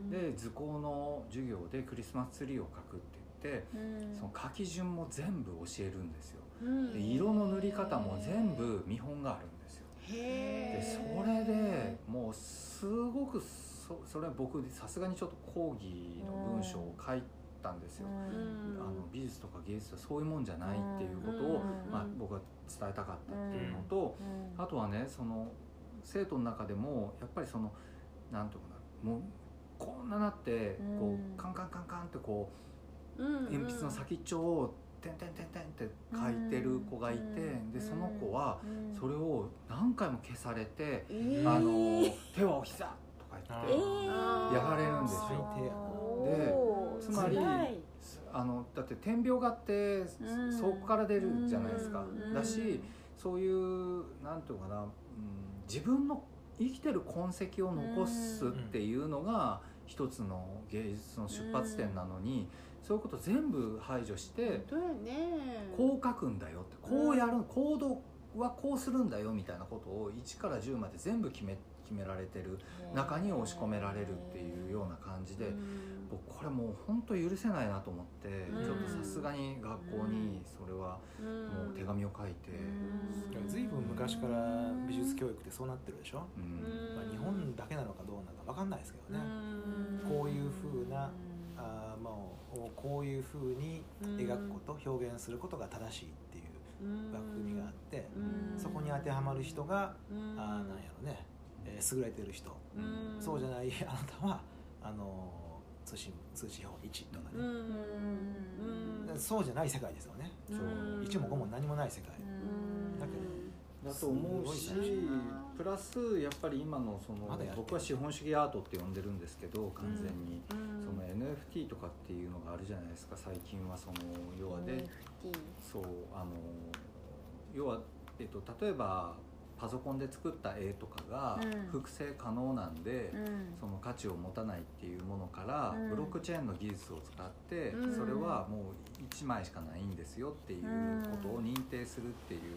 で図工の授業でクリスマスツリーを描くって言って、うん、その書き順も全部教えるんですよ、で色の塗り方も全部見本があるんですよ。へでそれでもうすごく そ, それは僕さすがにちょっと講義の文章を書いたんですよ。あの美術とか芸術はそういうもんじゃないっていうことを、まあ、僕は伝えたかったっていうのと、あとはね、その生徒の中でもやっぱりそのなんていうかな、もうこんななってこうカンカンカンカンってこう鉛筆の先っちょをてんてんてんてんって書いてる子がいて、でその子はそれを何回も消されて、あの手はお膝とか言ってやられるんですよ。でつまりあのだって点描画ってそこから出るじゃないですか。だしそういうなんていうかな、うん、自分の生きてる痕跡を残すっていうのが一つの芸術の出発点なのに、そういうこと全部排除して、こう書くんだよって、こうやる、行動はこうするんだよみたいなことをいちからじゅうまで全部決め、決められてる中に押し込められるっていうような感じで、僕これもう本当許せないなと思って、ちょっとさすがに学校にそれはもう手紙を書いて、 ずいぶん昔から美術教育ってそうなってるでしょ、うんまあ、日本だけなのかどうなのか分かんないですけどね、こういう風なあもうこういう風に描くこと、表現することが正しいっていう枠組みがあって、そこに当てはまる人があなんやろね、えー、優れてる人、そうじゃないあなたはあの通信通信法いちとかね、そうじゃない世界ですよね。いちもごも何もない世界だけどだと思うし、プラスやっぱり今のその、僕は資本主義アートって呼んでるんですけど、完全に、うん、その エヌエフティー とかっていうのがあるじゃないですか。最近はその要はで、そうあの要は、えっと、例えばパソコンで作った絵とかが複製可能なんで、うん、その価値を持たないっていうものから、うん、ブロックチェーンの技術を使って、うん、それはもういちまいしかないんですよっていうことを認定するっていう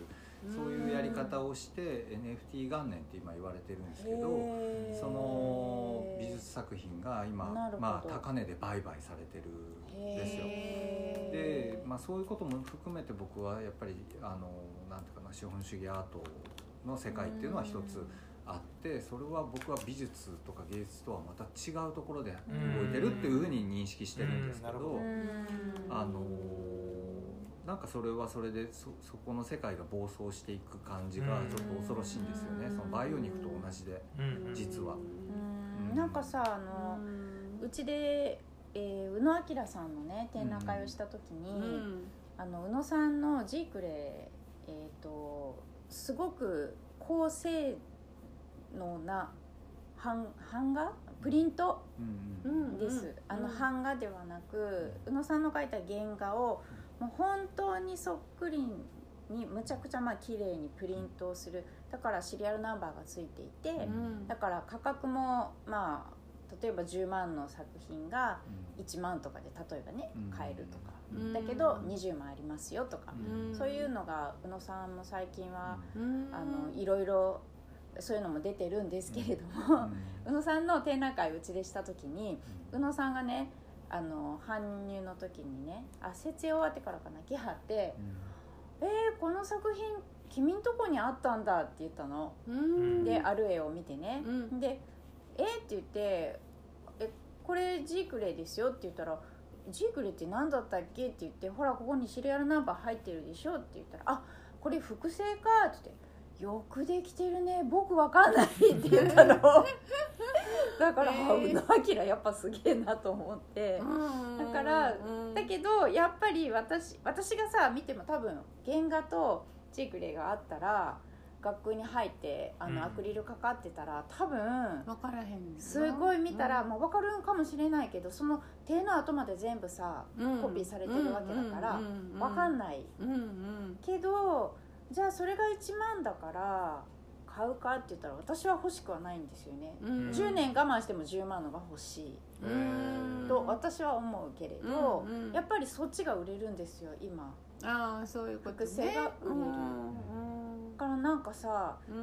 そういうやり方をして エヌエフティー 元年って今言われてるんですけど、その美術作品が今、まあ、高値で売買されてるんですよ。で、まあ、そういうことも含めて僕はやっぱりあのなんていうかな、資本主義アートの世界っていうのは一つあって、それは僕は美術とか芸術とはまた違うところで動いてるっていうふうに認識してるんですけど、あのなんかそれはそれで そ, そこの世界が暴走していく感じがちょっと恐ろしいんですよね。そのバイオニクと同じで、実は。 うん、なんかさ、あのうちで、えー、宇野明さんのね展覧会をした時に、うん、あの宇野さんのジークレ、えー、とすごく高性能な版画プリントです、うんうん、あの版画ではなく、宇野さんの描いた原画をもう本当にそっくりにむちゃくちゃまあ綺麗にプリントをする。だからシリアルナンバーがついていて、うん、だから価格もまあ例えばじゅうまんの作品がいちまんとかで例えばね、うん、買えるとか、うん、だけどにじゅうまんありますよとか、うん、そういうのが宇野さんも最近は、うん、あのいろいろそういうのも出てるんですけれども、うん、宇野さんの展覧会うちでした時に、うん、宇野さんがねあの搬入の時にね、あ設営終わってからかな、来はって、うん、えー、この作品君んとこにあったんだって言ったの、うん、である絵を見てね、うん、でえー、って言ってえこれジークレイですよって言ったら、ジークレイって何だったっけって言って、ほらここにシリアルナンバー入ってるでしょって言ったら、あこれ複製かって言って、よくできてるね僕わかんないって言ったのだから、えー、宇野明やっぱすげえなと思って、だからだけどやっぱり私私がさ見ても多分原画とジークレイがあったら学校に入ってあのアクリルかかってたら、多分分からへんすごい見たら、うん、もう分かるかもしれないけど、その手の後まで全部さ、うん、コピーされてるわけだから分かんない、うんうん、けどじゃあそれがいちまんだから買うかって言ったら私は欲しくはないんですよね、うん、じゅうねん我慢してもじゅうまんのが欲しいと私は思うけれど、うんうん、やっぱりそっちが売れるんですよ今。 ああそういうことね、 複製が売れる、うん、だからなんかさ、うん、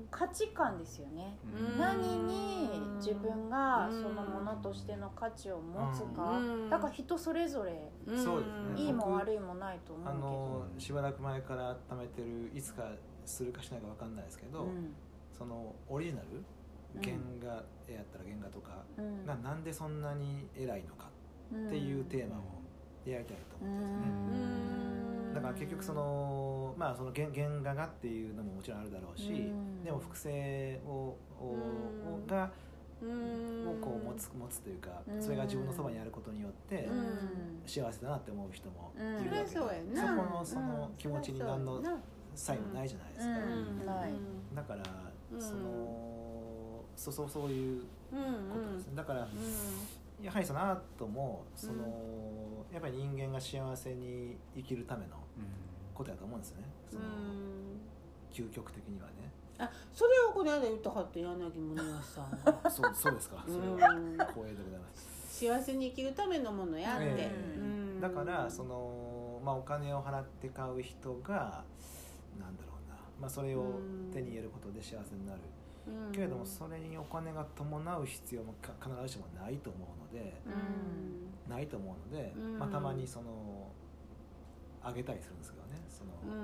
価値観ですよね、うん、何に自分がそのものとしての価値を持つか、うん、だから人それぞれ、 うん、そうですね、 いいも悪いもないと思うけど、あのしばらく前から温めてる、いつかするかしないか分かんないですけど、うん、そのオリジナル原画やったら原画とかがなんでそんなに偉いのかっていうテーマをやりたいと思ってますね、うん、だから結局その、まあ、その 原, 原画がっていうのももちろんあるだろうし、うん、でも複製を、うん、がをこう持つ持つというか、それが自分のそばにあることによって幸せだなって思う人もいるわけで、そこのその気持ちに何の差異もないじゃないですか、だからそのそうそうそういうことですね。だからやはりそのアートもそのやっぱり人間が幸せに生きるためのことだと思うんですよね、その究極的にはね。 あ、それをこの間言ったはって柳宗悦さんがそうそうですか、それは光栄でございます。 幸せに生きるためのものやって、えー、だからその、まあ、お金を払って買う人がなんだろうな、まあ、それを手に入れることで幸せになる、うん、けれどもそれにお金が伴う必要も必ずしもないと思うので、うん、ないと思うので、うん、まあ、たまにその上げたりするんですけどね、その、うん、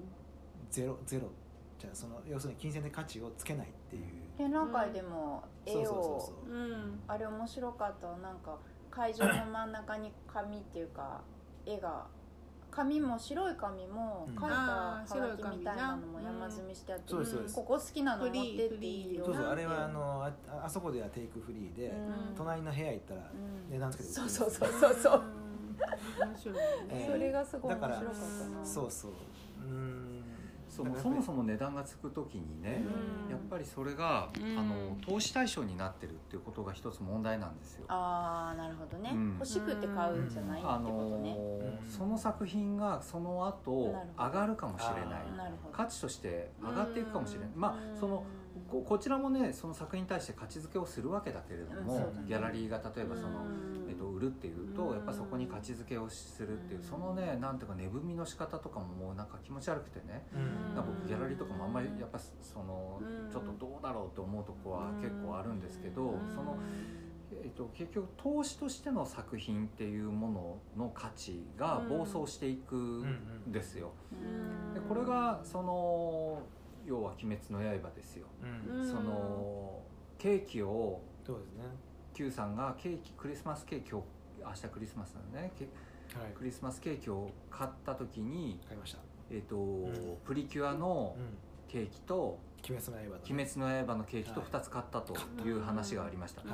ゼロゼロじゃあその要するに金銭的価値をつけないっていう。 展覧会でも絵をあれ面白かった。なんか会場の真ん中に紙っていうか絵が、紙も白い紙も書いたはがきみたいなのも山積みしてあって、うん、ここ好きなの持ってっていいよ。 そうそう、あれはあの あ, あそこではテイクフリーで、うん、隣の部屋行ったら値段つけて売ってる、うん、そうそうそうそう、 面白いね、えー、それがすごい面白かったな。 そうそう、うん、 そ, そもそも値段がつくときにね、うん、やっぱりそれが、うん、あの投資対象になってるっていうことが一つ問題なんですよ。 ああ、なるほどね、うん、欲しくて買うんじゃないってことね、 うん、その作品がその後上がるかもしれない、価値として上がっていくかもしれない、まあその こ, こちらもねその作品に対して価値づけをするわけだけれども、うん、ギャラリーが例えばその、えっと売るっていうと、やっぱそこに価値づけをするっていう、そのねなんていうか値踏みの仕方とかももうなんか気持ち悪くてね、なんか僕ギャラリーとかもあんまりやっぱそのちょっとどうだろうと思うとこは結構あるんですけど、そのえっと、結局投資としての作品っていうものの価値が暴走していくんですよ。でこれがその要は「鬼滅の刃」ですよ。そのケーキをそうですね、 Q さんがケーキクリスマスケーキを明日クリスマスなのね、はい、クリスマスケーキを買った時に買いました、 えっとうん、プリキュアのケーキと、 うん、鬼滅の刃の、 鬼滅の刃のケーキとふたつ買ったという話がありました、はい、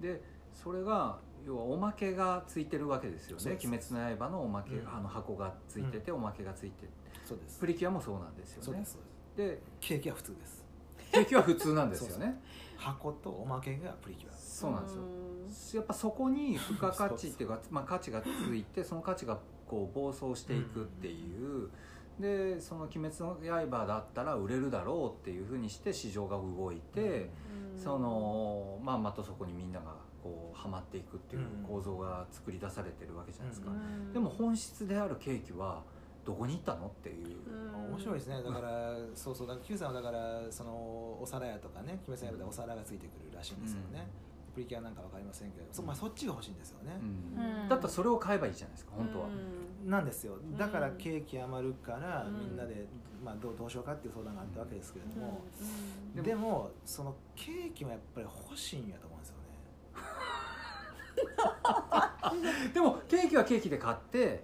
でそれが要はおまけがついてるわけですよね。鬼滅の刃のおまけ、うん、あの箱がついてて、うん、おまけがついて、 そうです。 プリキュアもそうなんですよね。 そうです。 でケーキは普通です。 ケーキは普通なんですよね。 そうそう、箱とおまけがプリキュア。 そうなんですよ。やっぱそこに付加価値っていうかまあ価値がついて、その価値がこう暴走していくっていう、うん、でその鬼滅の刃だったら売れるだろうっていうふうにして市場が動いて、うん、そのまあまたそこにみんながこうハマっていくっていう構造が作り出されてるわけじゃないですか、うん、でも本質であるケーキはどこに行ったのっていう、 うん、面白いですね。だからそうそう、だから Q さんはだからそのお皿屋とかね、鬼滅の刃でお皿がついてくるらしいんですよね、うん、プリキュアなんかわかりませんけど、そ、まあ、そっちが欲しいんですよね、 うん、だったらそれを買えばいいじゃないですか本当は、 うん、なんですよ。だからケーキ余るからみんなで、まあ、どう、どうしようかっていう相談があったわけですけれども、うんうん、でもそのケーキもやっぱり欲しいんやと思うんですよねでもケーキはケーキで買って、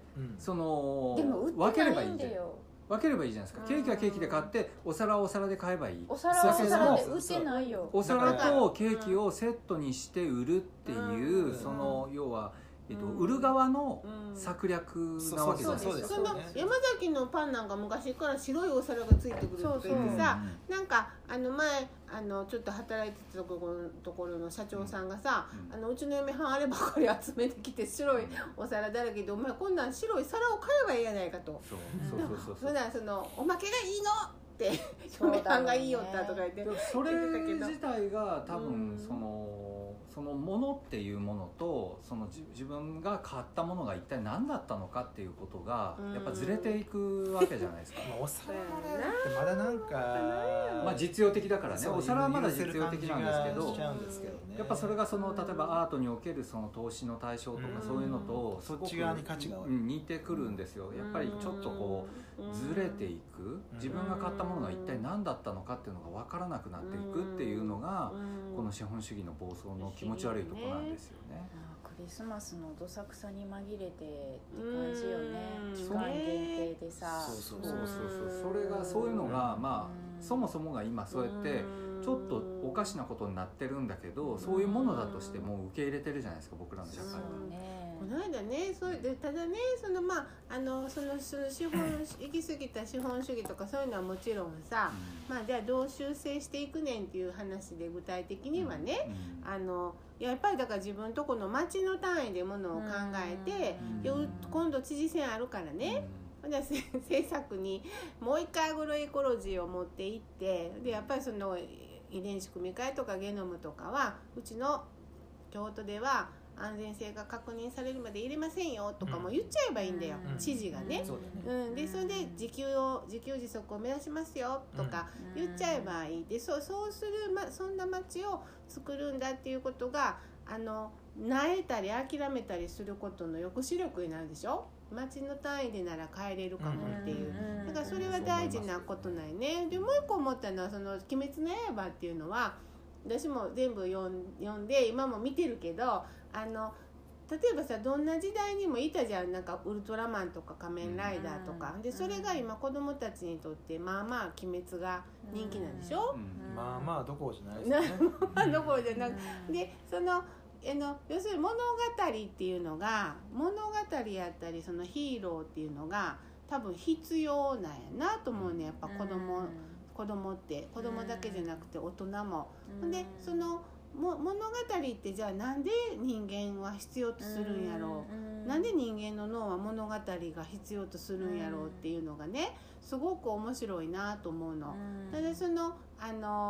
うん、そのでも売ってないんだよ。 分ければいいじゃないですか。ケーキはケーキで買ってお皿はお皿で買えばいい。 お皿はお皿で売ってないよ。 お皿とケーキをセットにして売るっていう、うん、その要はえっと、売る側の策略なわけじゃないですか。 その山崎のパンなんか昔から白いお皿がついてくるとか言ってさ、なんかあの前あのちょっと働いてたところところの社長さんがさ、うん、あのうちの嫁はんあればかり集めてきて白いお皿だらけで、お前こんなん白い皿を買えばいいやないかと。 そうそうそうそう。 それならそのおまけがいいのって嫁はんがいいよったとか言って。 それ自体が多分その。そのものっていうものとその自分が買ったものが一体何だったのかっていうことがやっぱずれていくわけじゃないですか。 まあお皿もらえるってまだなんかまあ実用的だからね。お皿はまだ実用的なんですけど、 ね、 やっぱそれがその例えばアートにおけるその投資の対象とかそういうのとそっち側に価値が似てくるんですよ。やっぱりちょっとこうずれていく、自分が買ったものが一体何だったのかっていうのが分からなくなっていくっていうのがこの資本主義の暴走の気持ち悪いところなんですよね。 クリスマスのどさくさに紛れてって感じよね。期間限定でさ。 そうそうそうそう。それがそういうのがまあそもそもが今そうやってちょっとおかしなことになってるんだけど、そういうものだとしても受け入れてるじゃないですか僕らの社会は。 この間ね、そうでただね、そのまああのそのその資本行き過ぎた資本主義とかそういうのはもちろんさ、うん、まあじゃあどう修正していくねんっていう話で具体的にはね、うん、あのやっぱりだから自分とこの町の単位でものを考えて、うん、今度知事選あるからね。うん、じゃあ政策にもう一回アグロエコロジーを持っていって、でやっぱりその遺伝子組み換えとかゲノムとかはうちの京都では安全性が確認されるまで入れませんよとかも言っちゃえばいいんだよ、うん、知事がね、うんうん、でそれで自給を自給自足を目指しますよとか言っちゃえばいいで、そう、そうする、ま、そんな町を作るんだっていうことがあの萎えたり諦めたりすることの抑止力になるでしょ。町の単位でなら変えれるかもっていう、だからそれは大事なことないね。でもう一個思ったのはその鬼滅の刃っていうのは私も全部読ん、読んで今も見てるけど、あの例えばさどんな時代にもいたじゃん、なんかウルトラマンとか仮面ライダーとかで、それが今子供たちにとってまあまあ鬼滅が人気なんでしょ、 うん、まあまあどころじゃないですねまあどころじゃなくでそのあの要するに物語っていうのが物語やったりそのヒーローっていうのが多分必要なんやなと思うね。やっぱ子供、子供って子供だけじゃなくて大人もでそのも物語ってじゃあなんで人間は必要とするんやろう、なんで人間の脳は物語が必要とするんやろうっていうのがねすごく面白いなと思うの。ただそのあの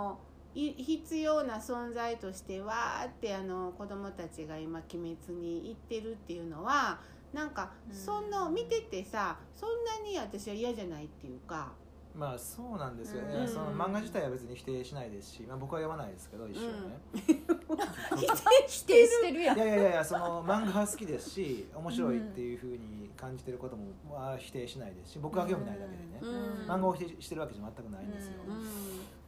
必要な存在としてわーってあの子供たちが今鬼滅に行ってるっていうのはなんかその見ててさそんなに私は嫌じゃないっていうか。 まあそうなんですよね、 うん、 その漫画自体は別に否定しないですし、まあ、僕は読まないですけど一緒ね、 うん、 否定してるやん。 いやいやいやその漫画は好きですし面白いっていうふうに感じてることもは否定しないですし僕は興味ないだけでね、 うん、 漫画を否定してるわけじゃ全くないんですよ、 うん、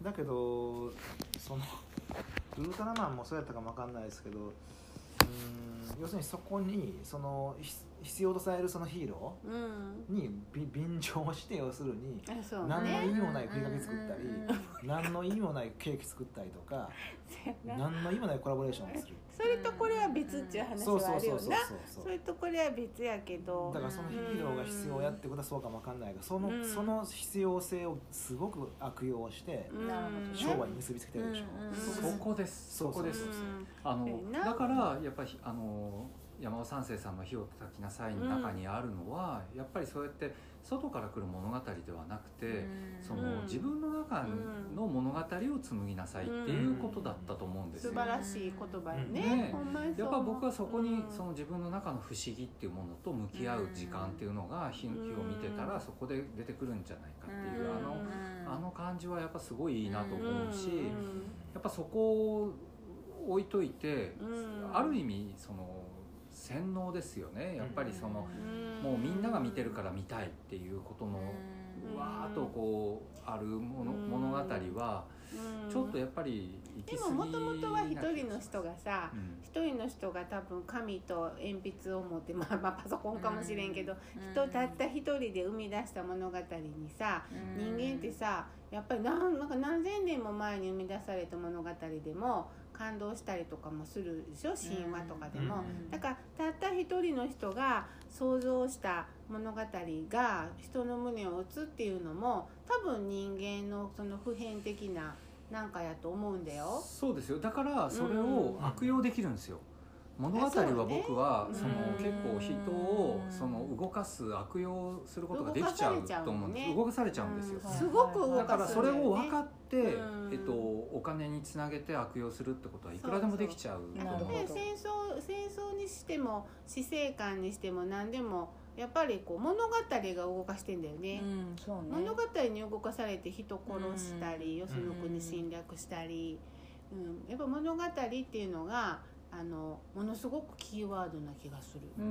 だけどそのウルトラマンもそうやったかも分かんないですけど、うーん要するにそこにその必要とされるそのヒーローに便乗して要するに何の意味もないふりかけ作ったり何の意味もないケーキ作ったりとか何の意味もないコラボレーションをする。 それとこれは別っていう話はあるよな。それとこれは別やけどだからそのヒーローが必要やってことはそうかも分かんないがその、うん、その必要性をすごく悪用して商売に結びつけてるでしょ、 うんうん、そこですそこです、うん、あのだからやっぱりあの山尾三世さんの火を焚きなさいの中にあるのは、うん、やっぱりそうやって外から来る物語ではなくて、うん、その自分の中の物語を紡ぎなさいっていうことだったと思うんですよ、 うん、素晴らしい言葉よね、 ねほんまにそうやっぱ僕はそこにその自分の中の不思議っていうものと向き合う時間っていうのが火を見てたらそこで出てくるんじゃないかっていうあの、あの感じはやっぱすごいいいなと思うし、やっぱそこを置いといてある意味その洗脳ですよねやっぱりそのもうみんなが見てるから見たいっていうことのわーっとこうあるもの物語はちょっとやっぱり行き過ぎ。 でももともとは一人の人がさ一、うん、人の人が多分紙と鉛筆を持って、まあ、まあパソコンかもしれんけど、うん、人たった一人で生み出した物語にさ、うん、人間ってさやっぱり 何, なんか何千年も前に生み出された物語でも感動したりとかもするでしょ神話とかでも、うん、だからたった一人の人が想像した物語が人の胸を打つっていうのも多分人間のその普遍的ななんかやと思うんだよ。 そうですよだからそれを悪用できるんですよ、うん、物語は僕はその結構人をその動かす悪用することができちゃうと思うんです。動かされちゃうんですよ、 うん、すごく動かす、ね、 だからそれを分かって、えっと、お金につなげて悪用するってことはいくらでもできちゃうと思う。 そうそう戦争、戦争にしても死生観にしても何でもやっぱりこう物語が動かしてんだよね、うんそうね物語に動かされて人殺したり、うん、よその国侵略したり、うん、やっぱ物語っていうのがあのものすごくキーワードな気がする、 うん、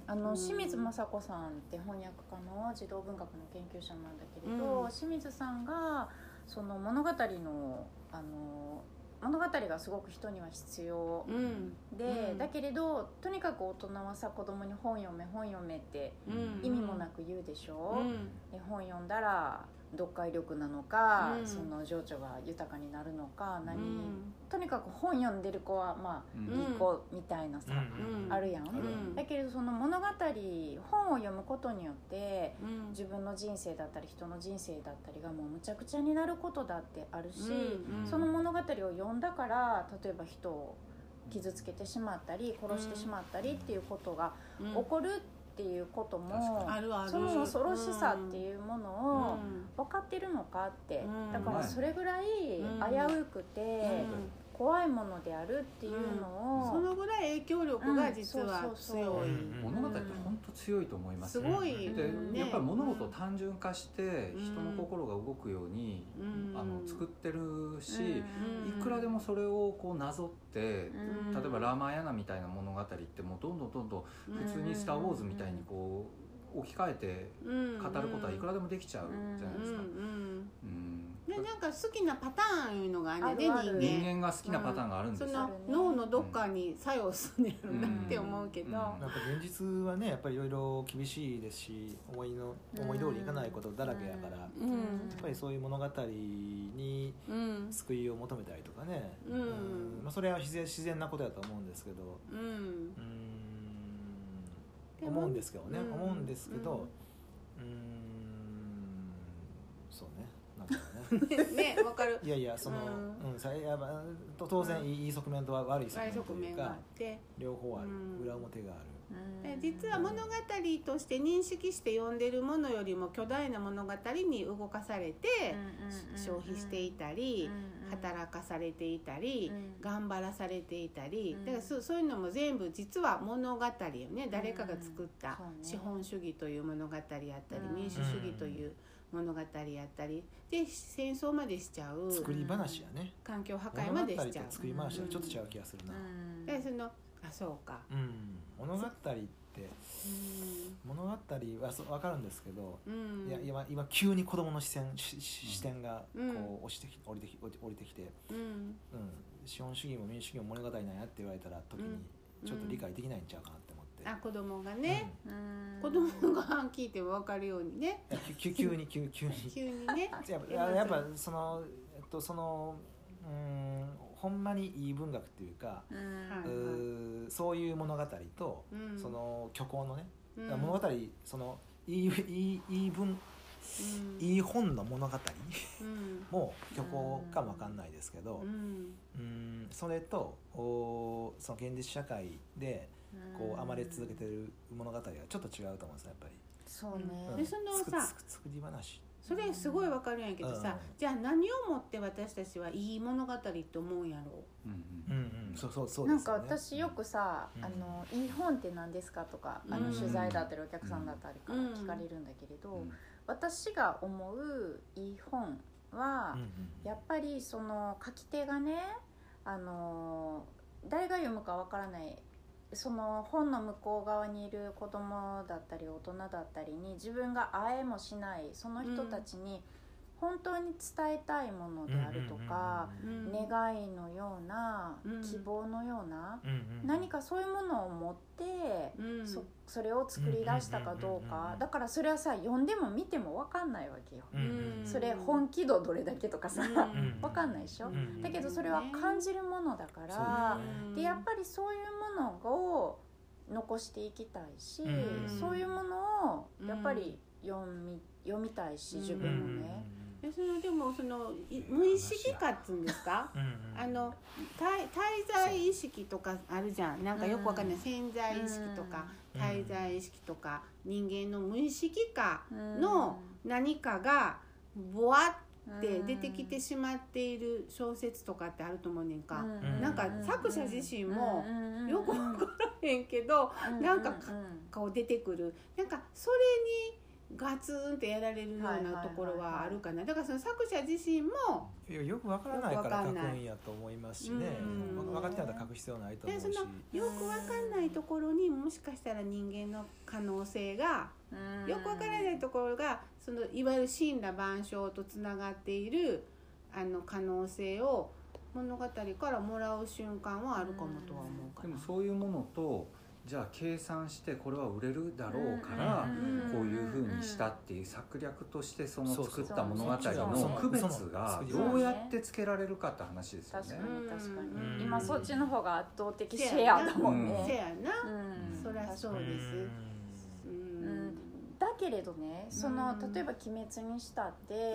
あの清水雅子さんって翻訳家の児童文学の研究者なんだけれど、うん、清水さんがその物語のあの物語がすごく人には必要、うん、で、うん、だけれどとにかく大人はさ子供に本読め本読めって意味もなく言うでしょ、うん、で本読んだら読解力なのか、うん、その情緒が豊かになるのか何、うん、とにかく本読んでる子はまあ、うん、いい子みたいなさ、うん、あるやん、うん、だけれどその物語本を読むことによって、うん、自分の人生だったり人の人生だったりがもうむちゃくちゃになることだってあるし、うん、その物語を読んだから例えば人を傷つけてしまったり殺してしまったりっていうことが起こるっていうこともあるあるその恐ろしさっていうものを分かってるのかって、うん、だからそれぐらい危うくて怖いものであるっていうのを、 うん、そのぐらい影響力が実は強い物語って本当強いと思いますね。 すごい、ね、 でやっぱり物事を単純化して人の心が動くように、うん、あの作ってるし、うん、いくらでもそれをこうなぞって、うん、例えばラーマーヤナみたいな物語ってもうどんどんどんどん普通にスターウォーズみたいにこう置き換えて語ることはいくらでもできちゃうじゃないですか。うんうんでなんか好きなパターンいうのがあるね人間人間が好きなパターンがあるんですよ、 うん、その脳のどっかに作用するんやろなって思うけど、うんうん、 なんか現実はねやっぱりいろいろ厳しいですし思いの思い通りいかないことだらけやから、うん、やっぱりそういう物語に救いを求めたりとかね、うんうんまあ、それは自然、自然なことやと思うんですけど、うん、うん思うんですけどね、うん、思うんですけど、うん、うんそうねなんったよねねわかる。 いやいやその、うんうん、さやっぱ当然いい側面と悪い側面というか両方ある、うん、裏表がある。 実は物語として認識して読んでるものよりも巨大な物語に動かされて消費していたり働かされていたり頑張らされていたり、だからそそういうのも全部実は物語よね。誰かが作った資本主義という物語やったり民主主義という物語やったりで戦争までしちゃう作り話やね。 環境破壊までしちゃう。 作り話はちょっと違う気がするな。 でそのあそうか、 うん、物語って、うん、物語はそ分かるんですけど、うん、いや今, 今急に子供の視線、し視点がこう押してき降りてき降りてきて、うんうん、資本主義も民主主義も物語なんやって言われたら時にちょっと理解できないんちゃうかなって思って、 うん、あ子供がね、うん、子供が聞いても分かるようにね急に急に急に急にねやっぱやっぱそのえっとそのうんほんまにいい文学っていうか、うん、うそういう物語と、うん、その虚構のね、うん、物語そのいいいいいい文、うん、いい本の物語、うん、も虚構かもわかんないですけど、うんうん、それとおその現実社会でこう暴れ続けてる物語はちょっと違うと思うんですよやっぱり。 そうね。 うん、 でそのさ作り話。 それすごいわかるんやけどさ、うん、じゃあ何をもって私たちはいい物語って思うんやろう。 うんうんうん、そうそうそうですよね。なんか私よくさ、うん、あのいい本って何ですかとか、うん、あの取材だったりお客さんだったりから聞かれるんだけれど、うん、私が思ういい本は、うんうん、やっぱりその書き手がね、あの誰が読むかわからないその本の向こう側にいる子供だったり大人だったりに自分が会えもしないその人たちに本当に伝えたいものであるとか、うん、願いのような、うん、希望のような、うん、何かそういうものを持って、うん、そ, それを作り出したかどうか、だからそれはさ読んでも見ても分かんないわけよ、うん、それ本気度どれだけとかさ、うん、分かんないでしょ、うん、だけどそれは感じるものだから、うん、でやっぱりそういうものを残していきたいし、うん、そういうものをやっぱり読み、読みたいし自分もね、 うん、そのでもその無意識化っていうんですか、うん、あの滞在意識とかあるじゃん、なんかよくわかんない、うん、潜在意識とか、うん、滞在意識とか人間の無意識化の何かがボワって出てきてしまっている小説とかってあると思うねんか、うん、なんか作者自身もよくわからへんけど、うん、なんかこう出てくる、なんかそれにガツンってやられるようなところはあるかな。だからその作者自身もいやよくわからないから書くんやと思いますしね、うん、分かってたら書く必要ないと思うし、 でそのよくわかんないところにもしかしたら人間の可能性が、よくわからないところがそのいわゆる神羅万象とつながっているあの可能性を物語からもらう瞬間はあるかもとは思うかな。 でもそういうものとじゃあ計算してこれは売れるだろうからこういうふうにしたっていう策略としてその作った物語の区別がどうやってつけられるかって話ですよね。 確かに確かに今そっちの方が圧倒的シェアだもんね。 シェアな、うん、そりゃそうです。 うん、だけれどね、その例えば鬼滅にしたって、うん、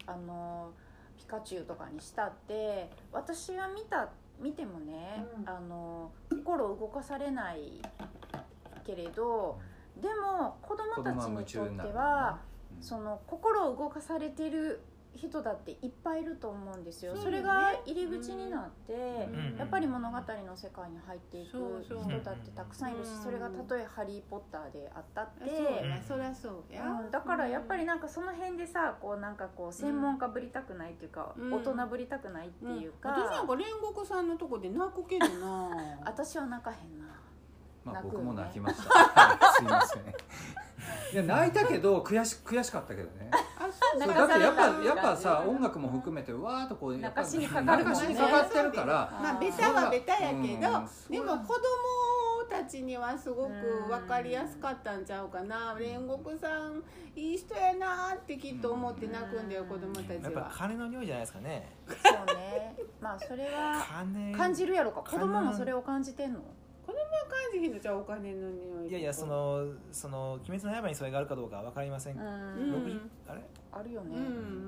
あのピカチュウとかにしたって私が見た見てもね、うん、あの心動かされないけれど、でも子供たちにとっては、うん、その心を動かされてる人だっていっぱいいると思うんですよ。 そ, ね、それが入り口になって、うん、やっぱり物語の世界に入っていく人だってたくさんいるし、それがたとえハリーポッターであったって、 そりゃそうや、 うん、だからやっぱりなんかその辺でさ、こうなんかこう専門家ぶりたくないっていうか、うん、大人ぶりたくないっていうか、 うんうん、私なんか煉獄さんのとこで泣くけどな私は泣かへんな。 まあ、僕も泣きましたすいませんいや泣いたけど悔し、悔しかったけどね。あ、そうだってやっぱやっぱさ、音楽も含めてわーっとこう泣かしにかかる、 泣かしにかかってるから、 まあベタはベタやけど、うん、でも子供たちにはすごく分かりやすかったんちゃうかな。煉獄さんいい人やなってきっと思って泣くんだよ、子供たちは。 やっぱ金の匂いじゃないですかね。 そうね。まあそれは感じるやろか。子供もそれを感じてんの？ 子供は感じひんのじゃお金の匂い。 いやいや、そのその鬼滅の刃にそれがあるかどうかは分かりません。うん、 あれあるよね。うんうん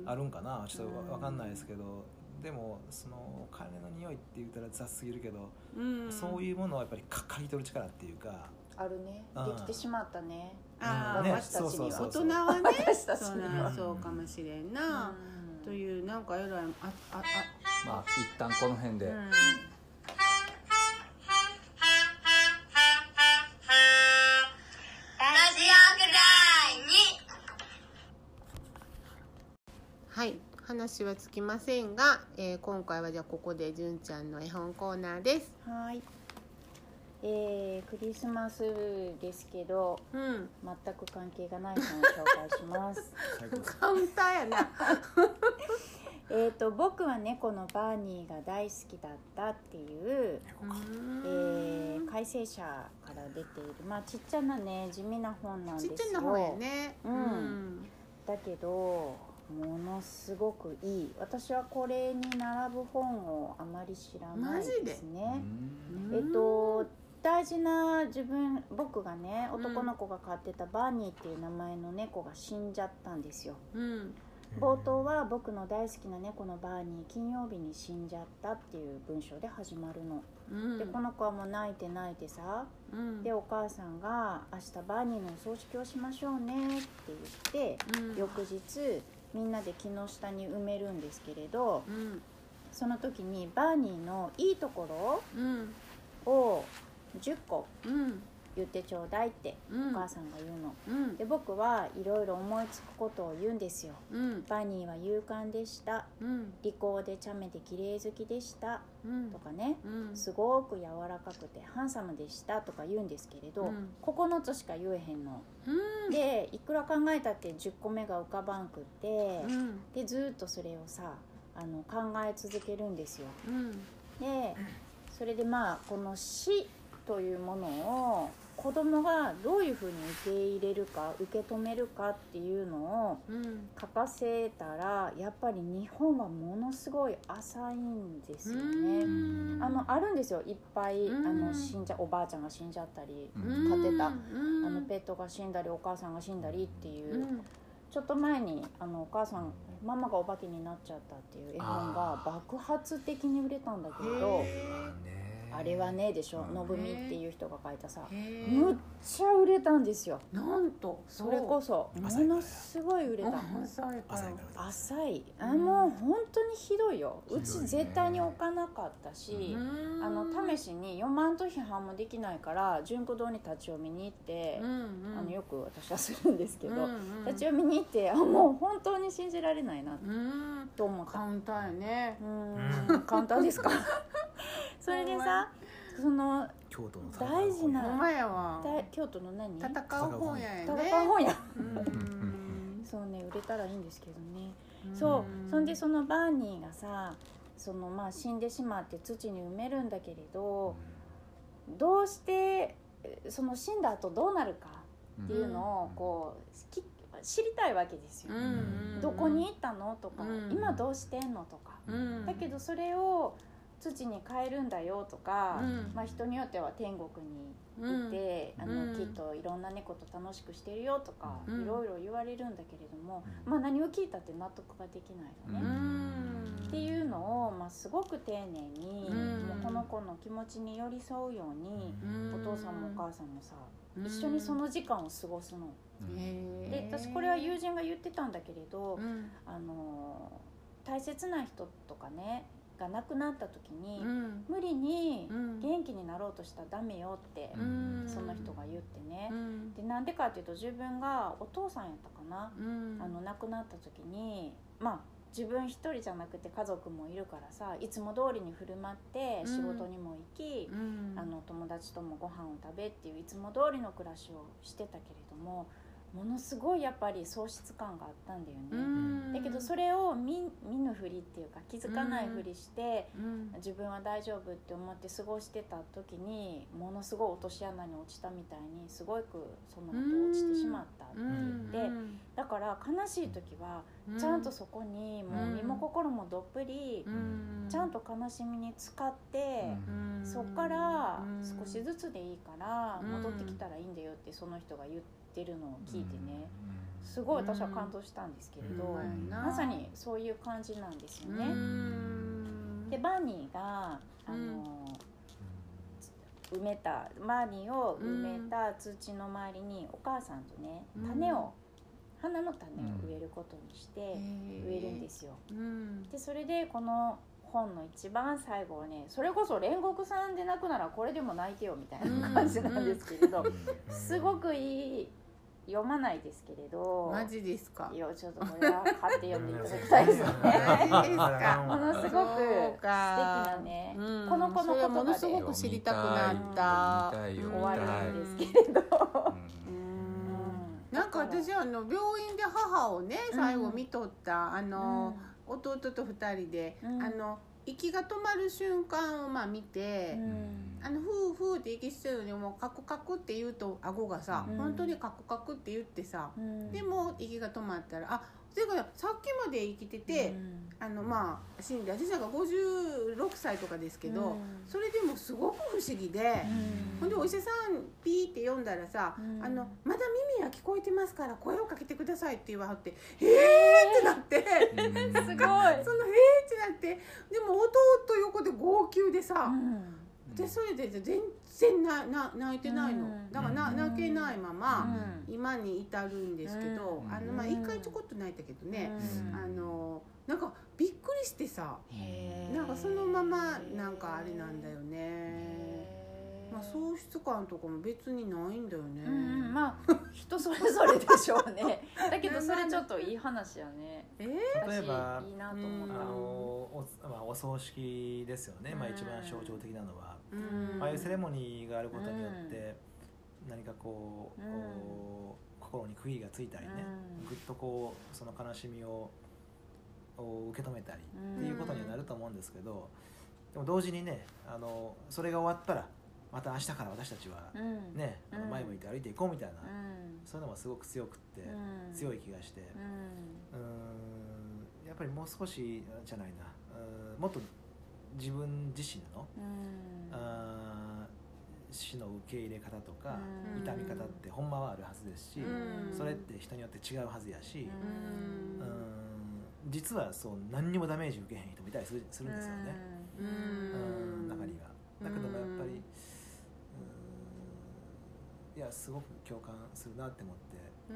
あるんかな、ちょっと分かんないですけど、でもそのお金の匂いって言ったら雑すぎるけど、うん、そういうものをやっぱり嗅ぎ取る力っていうかあるね、できてしまったね。 ああ、 ね、 私たちには、大人はね、 私たちにはそうかもしれんな、うん、というなんかえらいあああまあ一旦この辺で、うん、ラジオぐらいにはい話はつきませんが、えー、今回はじゃあここで純ちゃんの絵本コーナーです。 はい、えー、クリスマスですけど、うん、全く関係がない本を紹介しますカウンターやなえと僕は猫のバーニーが大好きだったっていう、えー、改正者から出ている、まあちっちゃなね地味な本なんですよ。 ちっちゃな本やね、 うんうん、だけどものすごくいい。私はこれに並ぶ本をあまり知らないですね。えっと大事な自分僕がね男の子が飼ってたバーニーっていう名前の猫が死んじゃったんですよ、うん、冒頭は僕の大好きな猫のバーニー金曜日に死んじゃったっていう文章で始まるの、うん、でこの子はもう泣いて泣いてさ、うん、でお母さんが明日バーニーのお葬式をしましょうねって言って、うん、翌日みんなで木の下に埋めるんですけれど、うん、その時にバーニーのいいところをじゅっこ言ってちょうだいってお母さんが言うの、うん、で僕はいろいろ思いつくことを言うんですよ、うん、バニーは勇敢でした、うん、利口で茶目で綺麗好きでした、うん、とかね、うん、すごく柔らかくてハンサムでしたとか言うんですけれど、うん、ここのつしか言えへんの、うん、でいくら考えたってじゅっこめが浮かばんくって、うん、でずっとそれをさあの考え続けるんですよ、うん、でそれでまあこの死というものを子供がどういうふうに受け入れるか受け止めるかっていうのを書かせたら、やっぱり日本はものすごい浅いんですよね。あのあるんですよいっぱい、あの死んじゃおばあちゃんが死んじゃったり飼ってたあのペットが死んだりお母さんが死んだりっていう、ちょっと前にあのお母さんママがお化けになっちゃったっていう絵本が爆発的に売れたんだけど、あれはねでしょ、のぶみっていう人が書いたさ、むっちゃ売れたんですよ。 なんとそれこそものすごい売れた。 浅いから浅い、あもう本当にひどいよ。うち絶対に置かなかったし、あの試しに読まんと批判もできないから純子堂に立ち読みに行って、うんうん、あのよく私はするんですけど、うんうん、立ち読みに行ってあもう本当に信じられないなと思った。 カウンターやね。 うんカウンターですかそれでさその京都の大事な大京都の何戦う本屋やね。 戦う本屋そうね売れたらいいんですけどね。そうそんでそのバーニーがさそのまあ死んでしまって土に埋めるんだけれど、どうしてその死んだ後どうなるかっていうのをこう知りたいわけですよ。どこに行ったのとか、今どうしてんのとか、だけどそれを土に変えるんだよとか、うんまあ、人によっては天国にいて、うん、あのきっといろんな猫と楽しくしてるよとか、うん、いろいろ言われるんだけれども、まあ、何を聞いたって納得ができないのね、うん、っていうのを、まあ、すごく丁寧に、うん、もうこの子の気持ちに寄り添うように、うん、お父さんもお母さんもさ、うん、一緒にその時間を過ごすの、うん、で私これは友人が言ってたんだけれど、うん、あの大切な人とかねが亡くなった時に、うん、無理に元気になろうとしたらダメよって、うん、その人が言ってね、うん、でなんでかっていうと自分がお父さんやったかな、うん、あの亡くなった時にまあ自分一人じゃなくて家族もいるからさいつも通りに振る舞って仕事にも行き、うん、あの友達ともご飯を食べっていういつも通りの暮らしをしてたけれどもものすごいやっぱり喪失感があったんだよね。だけどそれを 見, 見ぬふりっていうか気づかないふりして自分は大丈夫って思って過ごしてた時にものすごい落とし穴に落ちたみたいにすごくその後落ちてしまったって言って、だから悲しい時はちゃんとそこにもう身も心もどっぷり、 うん、 ちゃんと悲しみに使って、うん、そっから少しずつでいいから戻ってきたらいいんだよってその人が言ってるのを聞いてね、すごい私は感動したんですけれど、うん、まさにそういう感じなんですよね。うん、でバーニーがあの、うん、埋めたバーニーを埋めた土の周りにお母さんとね種を、花の種を植えることにして植えるんですよ。うん、でそれでこの本の一番最後はね、それこそ煉獄さんで泣くならこれでも泣いてよみたいな感じなんですけれど、すごくいい、読まないですけれど。 マジですか。 いやちょっとこれは買って読んでいただきたいですね。マジですか。ものすごく素敵なね、うん、この子の言葉でものすごく知りたくなった終わりなんですけれど、 なんか私あの病院で母をね最後見とった、うん、あの、うん、弟とふたりで、うん、あの息が止まる瞬間をまあ見て、うん、あのフーフーって息してるのにもうカクカクって言うと顎がさ、うん、本当にカクカクって言ってさ、うん、でも息が止まったらあだからさっきまで生きてて、うん、あのまあ死んで私なんかごじゅうろくさいとかですけど、うん、それでもすごく不思議で、うん、ほんでお医者さんピーって読んだらさ、うん、あのまだ耳は聞こえてますから声をかけてくださいって言わはってへーってなって、 すごいそのへーってなってでも弟横で号泣でさ、うんでそれで全然なな泣いてないの、うん、だからな、うん、泣けないまま、うん、今に至るんですけど、うん、あのまあ一回ちょこっと泣いたけどね、うん、あのなんかびっくりしてさ、なんかそのままなんかあれなんだよね。まあ喪失感とかも別にないんだよね。 うん、まあ人それぞれでしょうね。だけどそれちょっといい話やね。 えー、例えばいいなと思った。あの お, まあ、お葬式ですよね。まあ一番象徴的なのは。ああいうセレモニーがあることによって何かこう、うん、心に釘がついたりね、うん、ぐっとこうその悲しみを受け止めたりっていうことにはなると思うんですけど、でも同時にねあのそれが終わったらまた明日から私たちはね、うん、あの前向いて歩いていこうみたいな、うん、そういうのもすごく強くって、うん、強い気がして、うん、うーんやっぱりもう少しじゃないな、うんもっと自分自身の、うん、あ死の受け入れ方とか、うん、痛み方ってほんまはあるはずですし、うん、それって人によって違うはずやし、うん、うん実はそう何にもダメージ受けへん人もいたりする、するんですよね、うん、中には。だけどもやっぱり、うん、いやすごく共感するなって思って、うん、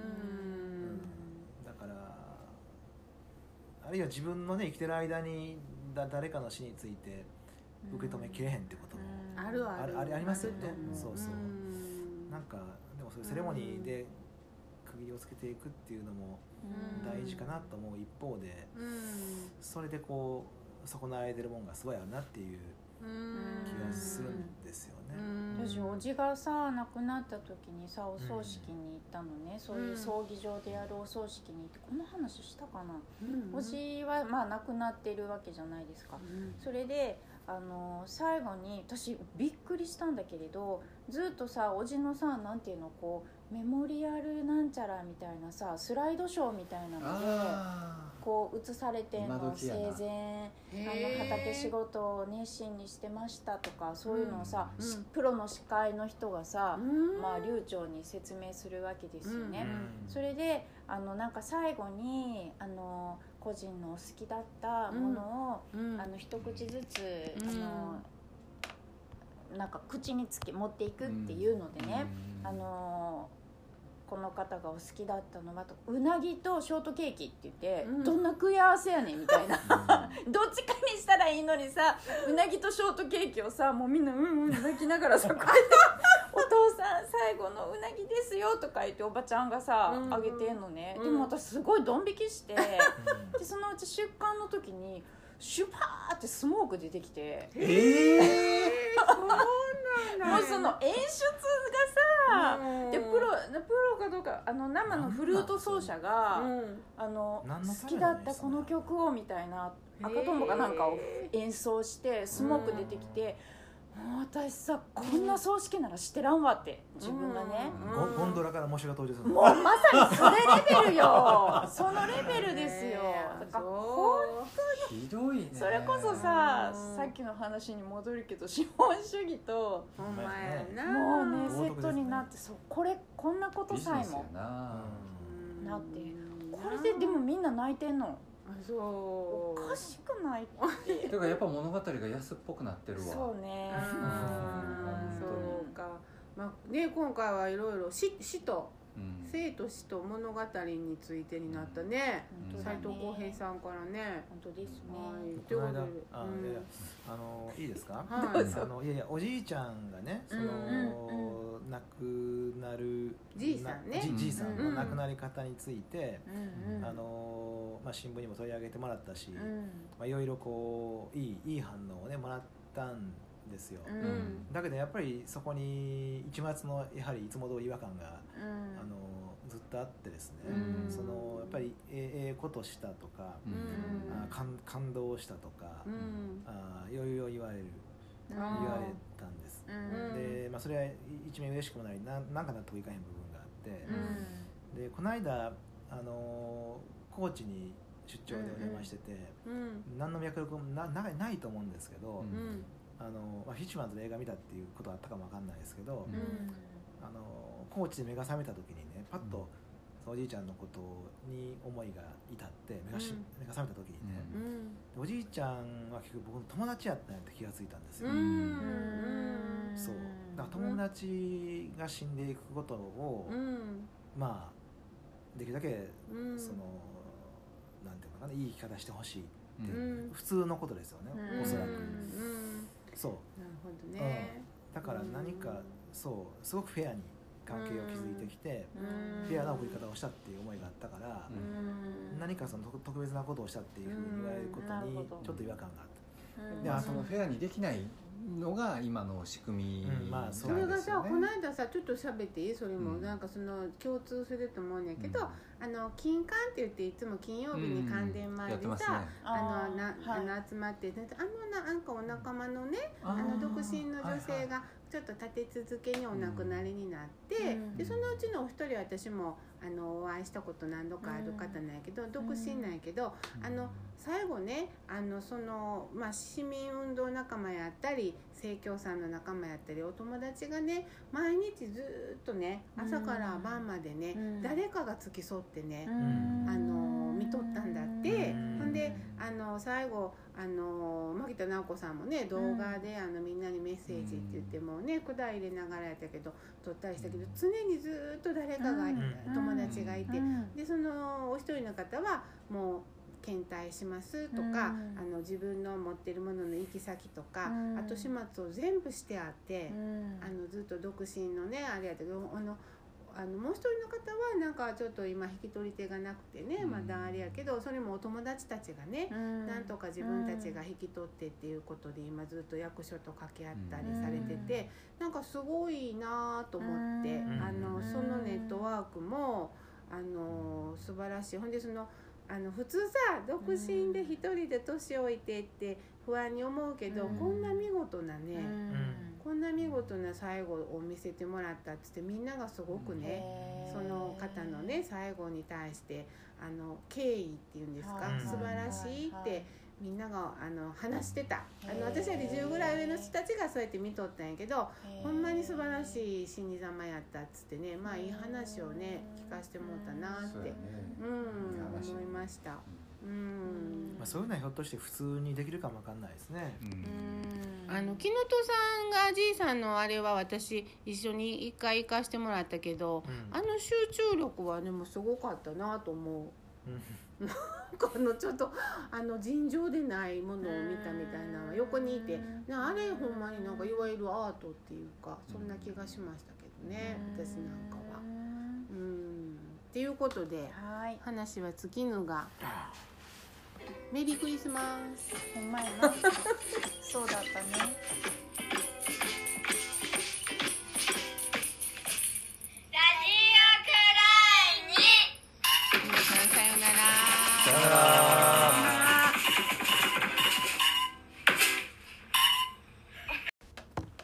だからあるいは自分のね生きてる間にだ誰かの死について受け止めきれへんってこともあるあるありますよね。そうそう。なんかでもそういうセレモニーで区切りをつけていくっていうのも大事かなと思う一方で、それでこう損なわれてるもんがすごいあるなっていう気がするんですよね。 私おじがさ亡くなった時にさお葬式に行ったのね、うん、そういう葬儀場でやるお葬式に行ってこの話したかな、うんうん、おじはまあ亡くなってるわけじゃないですか、うん、それであの最後に私びっくりしたんだけれどずっとさおじのさなんていうのこうメモリアルなんちゃらみたいなさスライドショーみたいなのでこう映されてんの生前あの畑仕事を熱心にしてましたとかそういうのをさ、うん、プロの司会の人がさ、うんまあ、流暢に説明するわけですよね、うん、それであのなんか最後にあの個人の好きだったものを、うん、あの一口ずつ、うん、あのなんか口につけ持っていくっていうのでね、うん、あのこの方がお好きだったのはとうなぎとショートケーキって言って、うん、どんな食い合わせやねんみたいな、うん、どっちかにしたらいいのにさうなぎとショートケーキをさもうみんなうんうん泣きながらさこうやってお父さん最後のうなぎですよとか言っておばちゃんがさ、うん、あげてんのね、うん、でも私すごいドン引きして、うん、でそのうち出棺の時にシュパーってスモーク出てきてえー、そうなんだもうその演出がさ、うん、でプロ、プロかどうかあの生のフルート奏者が、うん、あの好きだったこの曲をみたいな赤とんぼかなんかを演奏してスモーク出てきて私さこんな葬式ならしてらんわって自分がね、 ゴゴンドラから模試が登場するもうまさにそれレベルよそのレベルですよ、だから本当にひどいね。 それこそささっきの話に戻るけど資本主義とほんまやなもうねセットになってそうこれこんなことさえもななってこれででもみんな泣いてんの。 あそうおかしくないってだからやっぱ物語が安っぽくなってるわ。 そうねそうか、まあね、今回はいろいろ死と、うん、生と死と物語についてになったね、うん、斉藤浩平さんからね。 本当ですね、 はい、この間あ、うん、いやいやあのいいですか、はい、あのいやいやおじいちゃんがねその、うんうん、亡くなるじいさんねじいさんの亡くなり方について、うんうん、あのまあ、新聞にも取り上げてもらったし、うんまあ、いろいろこういい、いい反応をねもらったんですよ、うん、だけどやっぱりそこに一抹のやはりいつも通り違和感が、うん、あのずっとあってですね、うん、そのやっぱりええことしたとか、うん、あ感, 感動したとか、うん、あいろいろ言われる、うん、言われたんです、うん、で、まあ、それは一面嬉しくもないななんか納得いかへん部分があって、うん、でこの間あの高知に出張でお邪魔してて、うんうん、何の脈絡も な, な, ないと思うんですけど、うんあのまあ、フィッシュマンズの映画見たっていうことはあったかもわかんないですけど、うん、あの高知で目が覚めた時にねパッと、うん、おじいちゃんのことに思いが至って目が, し、うん、目が覚めた時にね、うん、おじいちゃんは結局僕の友達やったんやって気がついたんですよ、うん、そうだから友達が死んでいくことを、うん、まあできるだけ、うん、そのなんていうのかな、いい生き方してほしいっていう、うん、普通のことですよね、うん、おそらく、うん、そうなるほどね、 うん、だから何か、うん、そうすごくフェアに関係を築いてきて、うん、フェアな送り方をしたっていう思いがあったから、うん、何かその特別なことをしたっていうふうに言われることにちょっと違和感があった、 うん、であそのフェアにできないのが今の仕組み、うんまあ、 それがさ、この間さちょっと喋っていい？それも、うん、なんかその共通すると思うんやけど、うん、あの金環って言っていつも金曜日に関電前でさ、うんね、あのなあの集まってあのなんかお仲間のね、あの独身の女性がちょっと立て続けにお亡くなりになって、うん、でそのうちのお一人は私もあのお会いしたこと何度かある方なんやけど、うん、独身なんやけど、うん、あの最後ねあのその、まあ、市民運動仲間やったり正教さんの仲間やったりお友達がね毎日ずっとね朝から晩までね、うん、誰かが付き添ってね、うん、あの見とったんだって、うん、ほんであの最後あの牧田直子さんもね動画で、うん、あのみんなにメッセージって言ってもね管入れながらやったけど撮ったりしたけど常にずっと誰かが、うん、友達がいて、うん、でそのお一人の方はもう検体しますとか、うん、あの自分の持ってるものの行き先とか、うん、後始末を全部してあって、うん、あのずっと独身のねあれやったけどあのあのもう一人の方はなんかちょっと今引き取り手がなくてね、うん、まだあれやけどそれもお友達たちがね、うん、なんとか自分たちが引き取ってっていうことで今ずっと役所と掛け合ったりされてて、うん、なんかすごいなと思って、うん、あのそのネットワークもあの素晴らしい。ほんでそのあの普通さ独身で一人で年老いてって不安に思うけど、うん、こんな見事なね、うん、こんな見事な最後を見せてもらったっつってみんながすごくね、その方のね最後に対してあの敬意っていうんですか、うん、素晴らしいってみんながあの話してた。あの私よりじゅうぐらい上の人たちがそうやって見とったんやけど、ほんまに素晴らしい死に様やったっつってね、まあいい話をね聞かせてもらったなって、うん、ね、うん、思いました。うん、 まあ、そういうのはひょっとして普通にできるかもわかんないですね。うんうん、あの木本さんがじいさんのあれは私一緒に一回行かしてもらったけど、うん、あの集中力はでもすごかったなと思う。なんかあのちょっとあの尋常でないものを見たみたいなのは横にいて、あれほんまになんかいわゆるアートっていうかそんな気がしましたけどね、私なんかは。うんっていうことで、はい、話は尽きぬがメリークリスマス。 ほんまやなそうだったね。 さよなら。 さよなら。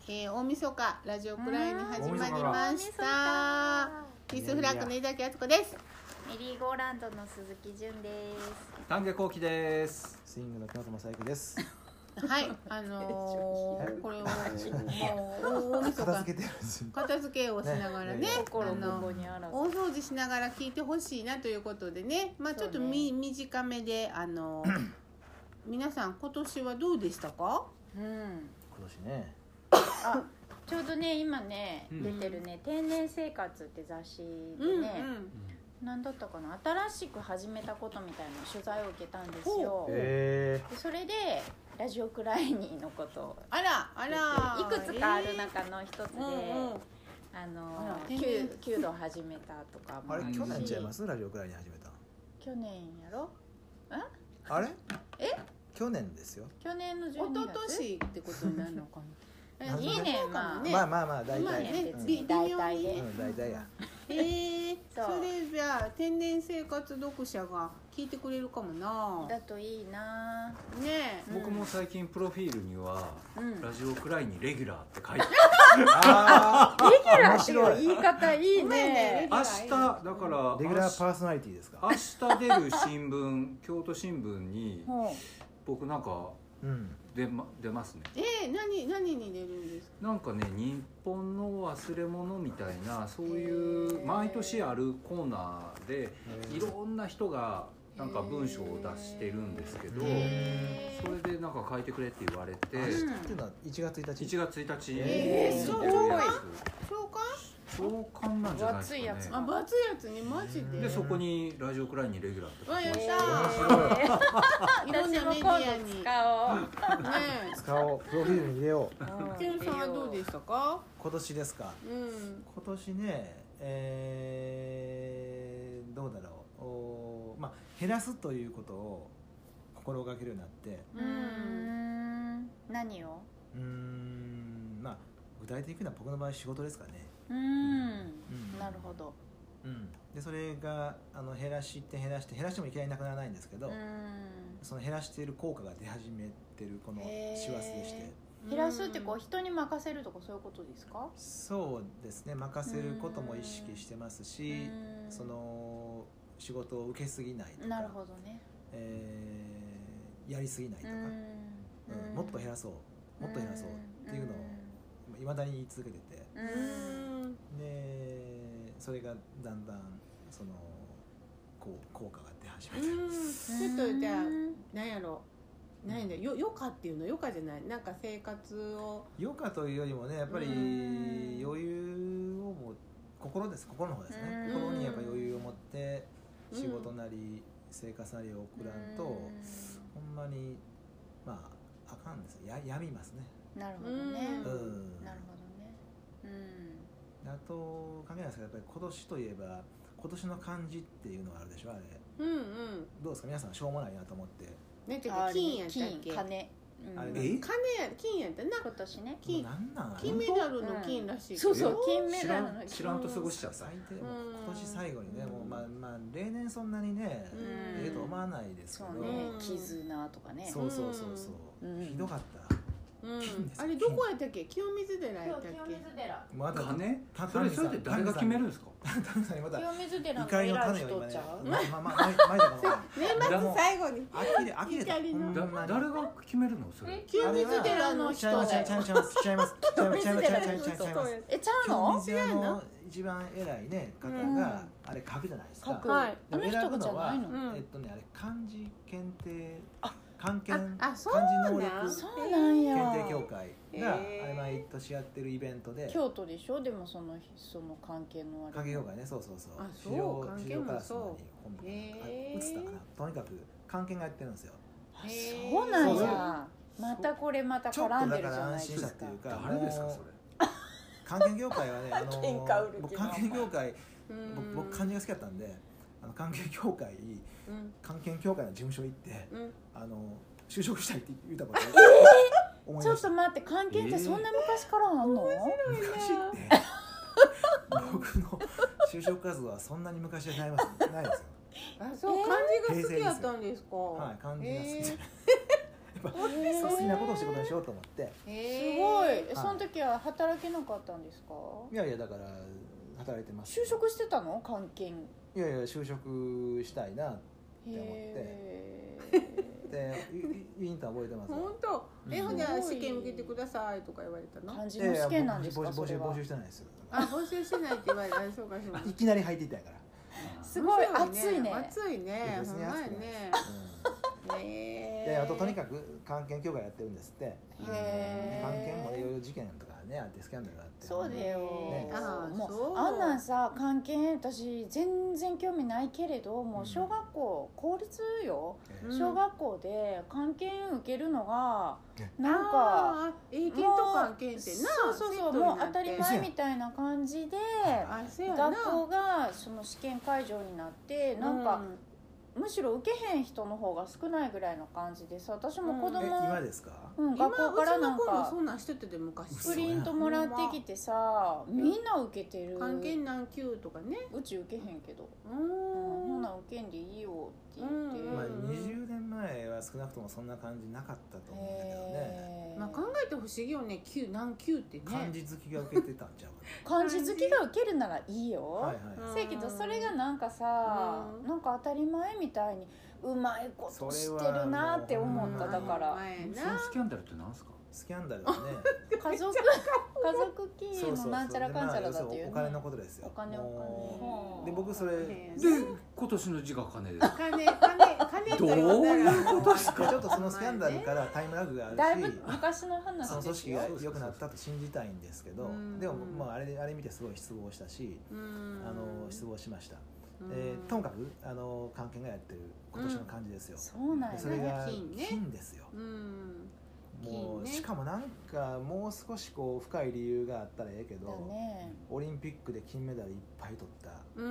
えー、大晦日ラジオくらいに始まりましたピースフラッグの井崎敦子です。 メリーゴーランドの鈴木純です。 丹下幸喜です。 スイングの木本正之です。 はい、あのー、これをもう大晦日片付けてるんですよ。 片付けをしながらね、 ね心ここにあらず大掃除しながら聞いてほしいなということでね、まあちょっとみ、ね、短めであの皆さん今年はどうでしたか？ うん。今年ね。 あ、ちょうどね今ね、うん、出てるね天然生活って雑誌でね、うんうん、何だったかな、新しく始めたことみたいな取材を受けたんですよ。 へー。 でそれでラジオクライニーのことをあらあらいくつかある中の一つで、えー、あのあ 9, きゅうど始めたとかもあれ去年ちゃいます？ラジオクライニー始めた去年やろ？んあれえ去年ですよ。 去年のじゅうにがつ一昨年ってことになるのかないいね、まあ、 ね、まあまあまあ大体ね、大体で、 うん、大体や。 えー、それじゃあ天然生活読者が聞いてくれるかもな。 だといいな。 ねえ、 僕も最近プロフィールには、うん、ラジオくらいにレギュラーって書いてああレギュラーっていう言い方いいね。 明日だからレギュラーパーソナリティですか？ 明日出る新聞京都新聞に僕なんか、うん出, ま、出ますね。 えー、何何に出るんですか？ なんかね、日本の忘れ物みたいなそういう毎年あるコーナーでいろんな人がなんか文章を出してるんですけど、それでなんか書いてくれって言われて、 明日っていうのはいちがつついたち。 いちがつついたち。 えー、そうか。 創刊なんじゃないですかね。 やつあ、分厚いやつにマジで。 でそこにラジオくらいにレギュラーって。 わ、やったー。いろんなメディアに使おう。ね使おう。プロフィールに入れよう。 ケンさんはどうでしたか？ 今年ですか。 うん。 今年ね、えー、どうだろう。おまあ減らすということを心がけるようになって。 うーん。何を？ うーん。まあ具体的には僕の場合仕事ですかね。 うん、うん、なるほど、 うん、でそれがあの減らして減らして減らしてもいきなりなくならないんですけど、うん、その減らしている効果が出始めてるこの師走でして、 減らすってこう人に任せるとかそういうことですか？ そうですね、任せることも意識してますし、その仕事を受けすぎないとか、 なるほどね、 えー、やりすぎないとか、うんうん、もっと減らそうもっと減らそうっていうのをいまだに言い続けてて、うんでそれがだんだんそのこう効果が出始めてる。 ちょっとじゃあ何やろ何だよ余暇っていうの余暇じゃないなんか生活を余暇というよりもねやっぱり余裕をも心です心の方ですね。心にやっぱ余裕を持って仕事なり生活なりを送らんとほんまにまああかんですよ。や病みますね。 なるほどね、うん、なるほどね、うん、 あと関係ないですけどやっぱり今年といえば今年の漢字っていうのがあるでしょあれ、 うんうん、 どうですか皆さんしょうもないなと思って。 なんていうか金やったっけ？ 金、 うん、あれ金や金やったな今年ね金なんなん金メダルの金らしい、 うん、そうそう金メダルの金知らんと過ごしちゃった。 最低もう今年最後にね、うん、もうまあまあ例年そんなにねええと思わないですけど、 そうね、絆とかね、 そうそうそうそう、うん、ひどかった。 うん、あれどこやったっけ？清水寺やったっけ？ 清水寺。 まだ金？それそれで誰が決めるんですか？ 清水寺の偉い人ちゃう？ まあまあ前前だから。 年末最後に。 あきれあきれだ。 誰が決めるのそれ？ 清水寺の人だよ。 ちゃいますちゃいますちゃいますちゃいますちゃいますちゃいますちゃいます。 えちゃうの？ 清水寺の一番偉いね方があれ書くじゃないですか。 はい。あの人がじゃないの？ えっとねあれ漢字検定。漢検漢字能力検定協会があれ毎年やってるイベントで京都でしょ。でもそのその関係のあれ関係協会ねそうそうそうあそう関係もそう映ったかなとにかく関係がやってるんですよ。 あそうなんや。またこれまた絡んでるじゃないですか。 ちょっとだから安心したっていうか誰ですかそれ。 関係協会はねあの僕関係協会僕漢字が好きだったんであの関係協会関係協会の事務所行って、うん、あの就職したいって言ったこと思いました。ちょっと待って関係ってそんな昔からあんの？ 昔って僕の就職活動はそんなに昔じゃないますないですよ。 あそう、漢字が好きだったんですか？ はい漢字が好きで、 ぱ好きなことを仕事にしようと思って、 すごい。えその時は働けなかったんですか？ いやいやだから働いてます。 就職してたの？関係。いやいや就職したいなって思ってでインター覚えてます。 本当。えほんじゃ試験受けてくださいとか言われたの？ 漢字の試験なんですか？ 募集募集してないですよ。 あ募集してないって言われた。そうかそうか。 いきなり入っていったやから。 すごい熱いね。 熱いね。ほんまやね。 であととにかく関係協会やってるんですって。 へえ。 関係もいろいろ事件とかねあってスキャンダルがあって。 そうだよ。 ね、 あもうあんなんさ関係私全然興味ないけれどもう小学校、うん、公立よ、うん、小学校で関係受けるのがなんか英検と関係ってなそうそうそうもう当たり前みたいな感じで学校がその試験会場になってなんか、うん、むしろ受けへん人の方が少ないぐらいの感じでさ私も子供、うん、 今ですか？ うん、学校からなんかそんなんしててで昔プリントもらってきてさみんな受けてる関係何級とかねうち受けへんけどうんそんなん受けんでいいよって言って、 まあ、にじゅうねんまえは少なくともそんな感じなかったと思うんだけどね、 まあ、考えて不思議よね級何級ってね漢字好きが受けてたんちゃうかな漢字好きが受けるならいいよ、 はいはい、 せやけどそれがなんかさなんか当たり前みたいにうまいことしてるなって思っただからそのスキャンダルって何すか？ スキャンダルはね家族家族経営のなんちゃらかんちゃらだっていう、ね、 お金のことですよ。 お金お金で僕それで今年の字が金です金金金どういうことですか？ ちょっとそのスキャンダルからタイムラグがあるしだいぶ昔の話その組織が良くなったと信じたいんですけどでもまああれあれ見てすごい失望したしあの失望しました。えー、ともかくあの関係がやってる今年の感じですよ、 うん、そうなんや、ね、 それが金、ね、 金ですよ、うん、もう、ね、しかもなんかもう少しこう深い理由があったらええけど、ね、オリンピックで金メダルいっぱい取った、 うん、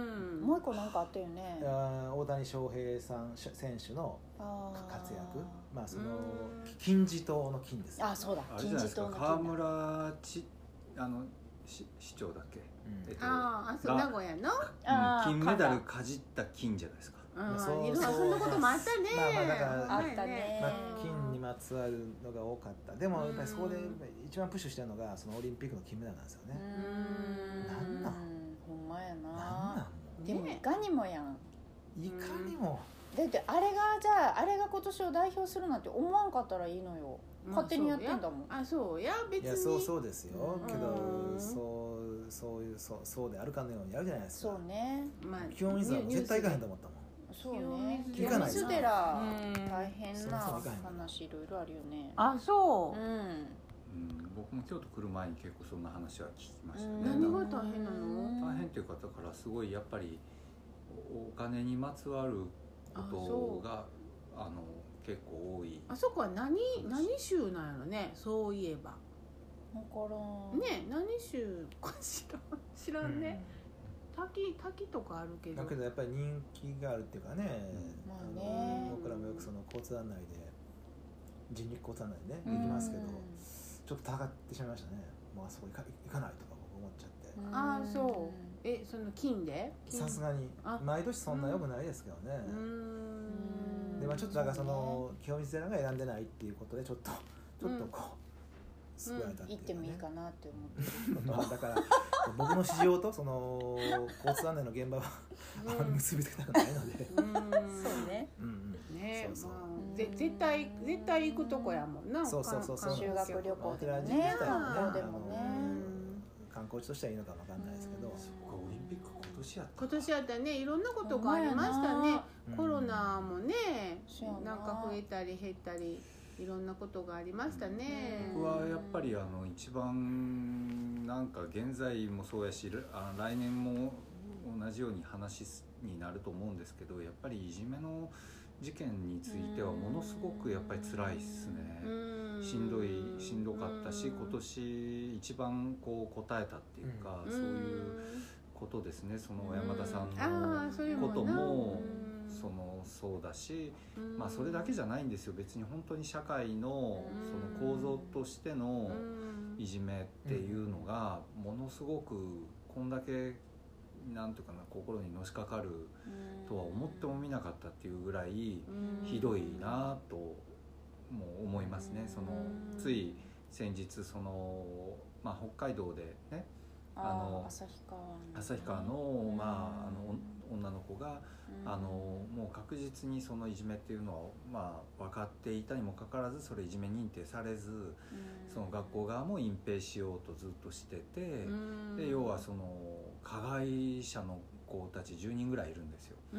もう一個なんかあったよね大谷翔平さん選手の活躍まあその金字塔の金ですよ、 あそうだ金字塔の金だ河村ちあの市長だっけ、 うんえっと、ああそう名古屋の、 うん、金メダルかじった金じゃないですか。 うん、そうそんなこともあったね。 まあまあだからあったね、 まあ、金にまつわるのが多かった。でもやっぱりそこで一番プッシュしてるのがそのオリンピックの金メダルなんですよね。なんなんほんまやな。 なんなんでもいかにもやん。 いかにも。 だってあれがじゃああれが今年を代表するなんて思わんかったらいいのよ。勝手にやってんだもん。 あそうや別に。 いやそうそうですよ。けどそうそういうそうそうであるかのようにやるじゃないですか。 そうね。 まあ清水は絶対行かへんと思ったもん。 そうね。 清水寺大変な話いろいろあるよね。 あそう。 うん。 うん僕も京都来る前に結構そんな話は聞きましたね。 何が大変なの？ 大変っていうかだからすごいやっぱりお金にまつわることがあの結構多い。 あそこは何何州なんやろね。そういえば。 わからん。 ね何州か知らん知らんね。うん、滝滝とかあるけど。 だけどやっぱり人気があるっていうかね。 まあね。 僕らもよくその交通案内で人力交通案内でね行きますけど、ちょっと高ってしまいましたね。もうあそこ行か行かないとか僕思っちゃって。 ああそう。えその金で？ さすがに毎年そんな良くないですけどね。でまあちょっとだからその清水寺が選んでないっていうことでちょっとちょっとこう救われたっていうかね。 行ってもいいかなって思って。 まあだから僕の市場とその交通案内の現場は結びつけたくないので。 そうね。 ねそうそう絶対絶対行くとこやもんな。 そうそうそうそう。 修学旅行でもね。でもね。 観光地としてはいいのかわかんないですけど。 オリンピック今年やった。 今年やったねいろんなことがありましたね。コロナもねなんか増えたり減ったりいろんなことがありましたね。 僕はやっぱりあの一番なんか現在もそうやしあ来年も同じように話になると思うんですけどやっぱりいじめの事件についてはものすごくやっぱり辛いですね。しんどいしんどかったし今年一番こう答えたっていうかそういうことですね。その山田さんのこともそのそうだし、まあそれだけじゃないんですよ。別に本当に社会のその構造としてのいじめっていうのがものすごくこんだけなんていうかな心にのしかかるとは思ってもみなかったっていうぐらいひどいなとも思いますね。そのつい先日その、まあ、北海道でねあの旭川の、 旭川の、まあ、あの女の子が、うん、あのもう確実にそのいじめっていうのは、まあ、分かっていたにもかかわらずそれいじめ認定されず、うん、その学校側も隠蔽しようとずっとしてて、うん、で要はその加害者の子たちじゅうにんぐらいいるんですよ、うん、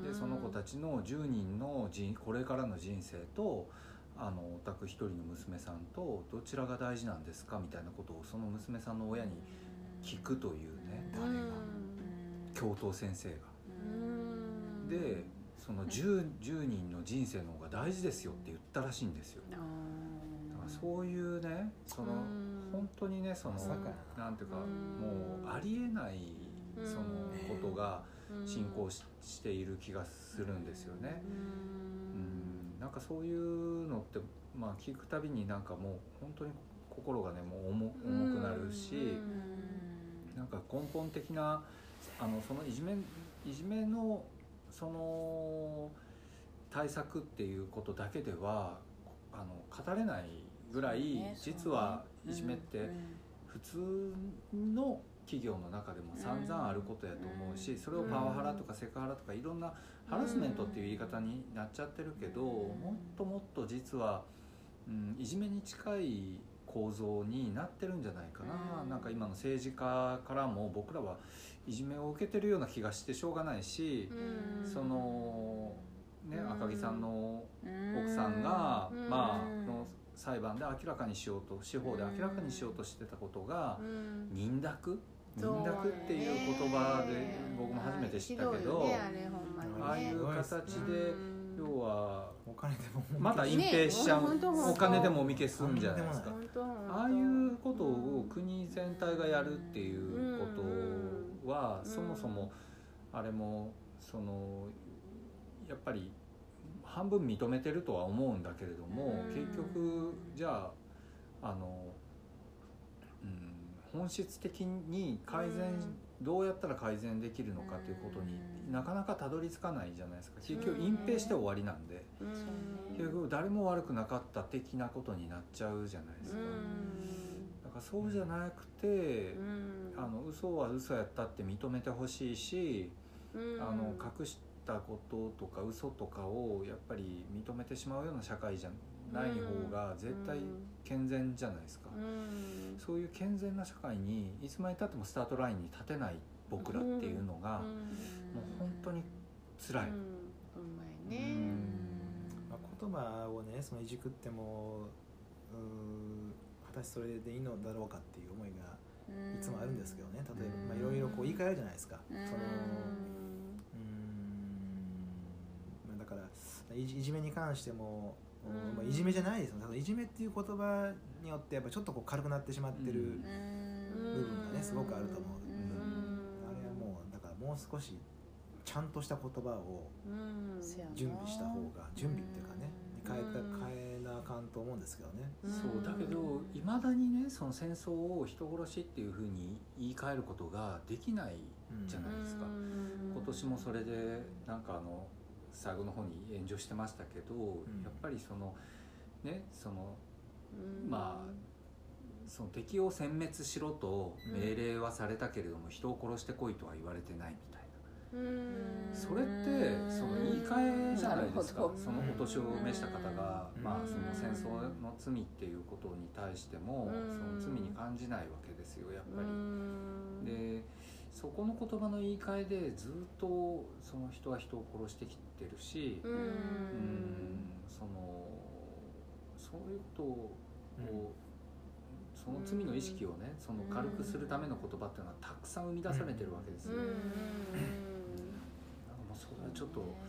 でその子たちのじゅうにんの人これからの人生とあのお宅一人の娘さんとどちらが大事なんですかみたいなことをその娘さんの親に聞くというね、誰が教頭先生がでその 10, じゅうにんの人生の方が大事ですよって言ったらしいんですよ。だからそういうねその本当にねそのなんていうかもうありえないそのことが進行 し, している気がするんですよね。うんなんかそういうのって、まあ、聞くたびになんかもう本当に心がねもう 重, 重くなるし、なんか根本的なあのそのいじめいじめのその対策っていうことだけではあの語れないぐらい、ね、実はいじめって普通の企業の中でも散々あることやと思うし、それをパワハラとかセクハラとかいろんなハラスメントっていう言い方になっちゃってるけど、もっともっと実は、うん、いじめに近い構造になってるんじゃないかな、うん、なんか今の政治家からも僕らはいじめを受けてるような気がしてしょうがないし、うん、そのね、うん、赤木さんの奥さんが、うん、まあの裁判で明らかにしようと司法で明らかにしようとしてたことが、うん、認諾認諾っていう言葉で僕も初めて知ったけど、ね、あれほんまにね、ああいう形で、要はお金でもまた隠蔽しちゃう、ね、お金でもみ消すんじゃないですか。ああいうことを国全体がやるっていうことは、そもそもあれもそのやっぱり半分認めてるとは思うんだけれども、結局じゃああの、うん、本質的に改善どうやったら改善できるのかということになかなかたどり着かないじゃないですか。結局隠蔽して終わりなんで、結局誰も悪くなかった的なことになっちゃうじゃないですか。だからそうじゃなくて、あの嘘は嘘やったって認めてほしいし、あの隠したこととか嘘とかをやっぱり認めてしまうような社会じゃない方が絶対健全じゃないですか。そういう健全な社会にいつまでたってもスタートラインに立てない僕らっていうのがもう本当に辛い。うんうんね、 まあ、言葉をねそのいじくっても果たしてそれでいいのだろうかっていう思いがいつもあるんですけどね。例えばまあいろいろこう言い換えるじゃないですか。そのうんだからいじめに関しても、まあ、いじめじゃないですよね。いじめっていう言葉によってやっぱちょっとこう軽くなってしまってる部分がねすごくあると思う。あれはもうだからもう少しちゃんとした言葉を準備した方が、準備っていうかね変えた変えなあかんと思うんですけどね。 そうだけどいまだにねその戦争を人殺しっていうふうに言い換えることができないじゃないですか。今年もそれでなんかあの最後の方に炎上してましたけど、やっぱりそのねそのまあその敵を殲滅しろと命令はされたけれども、人を殺してこいとは言われてないみたいな。それってその言い換えじゃないですか。そのお年を召した方が、まあ、その戦争の罪っていうことに対してもその罪に感じないわけですよやっぱり。でそこの言葉の言い換えでずっとその人は人を殺してきてるし、うんそのそういうことを、その罪の意識をねその軽くするための言葉っていうのはたくさん生み出されてるわけですよ。それはちょっと、うん、も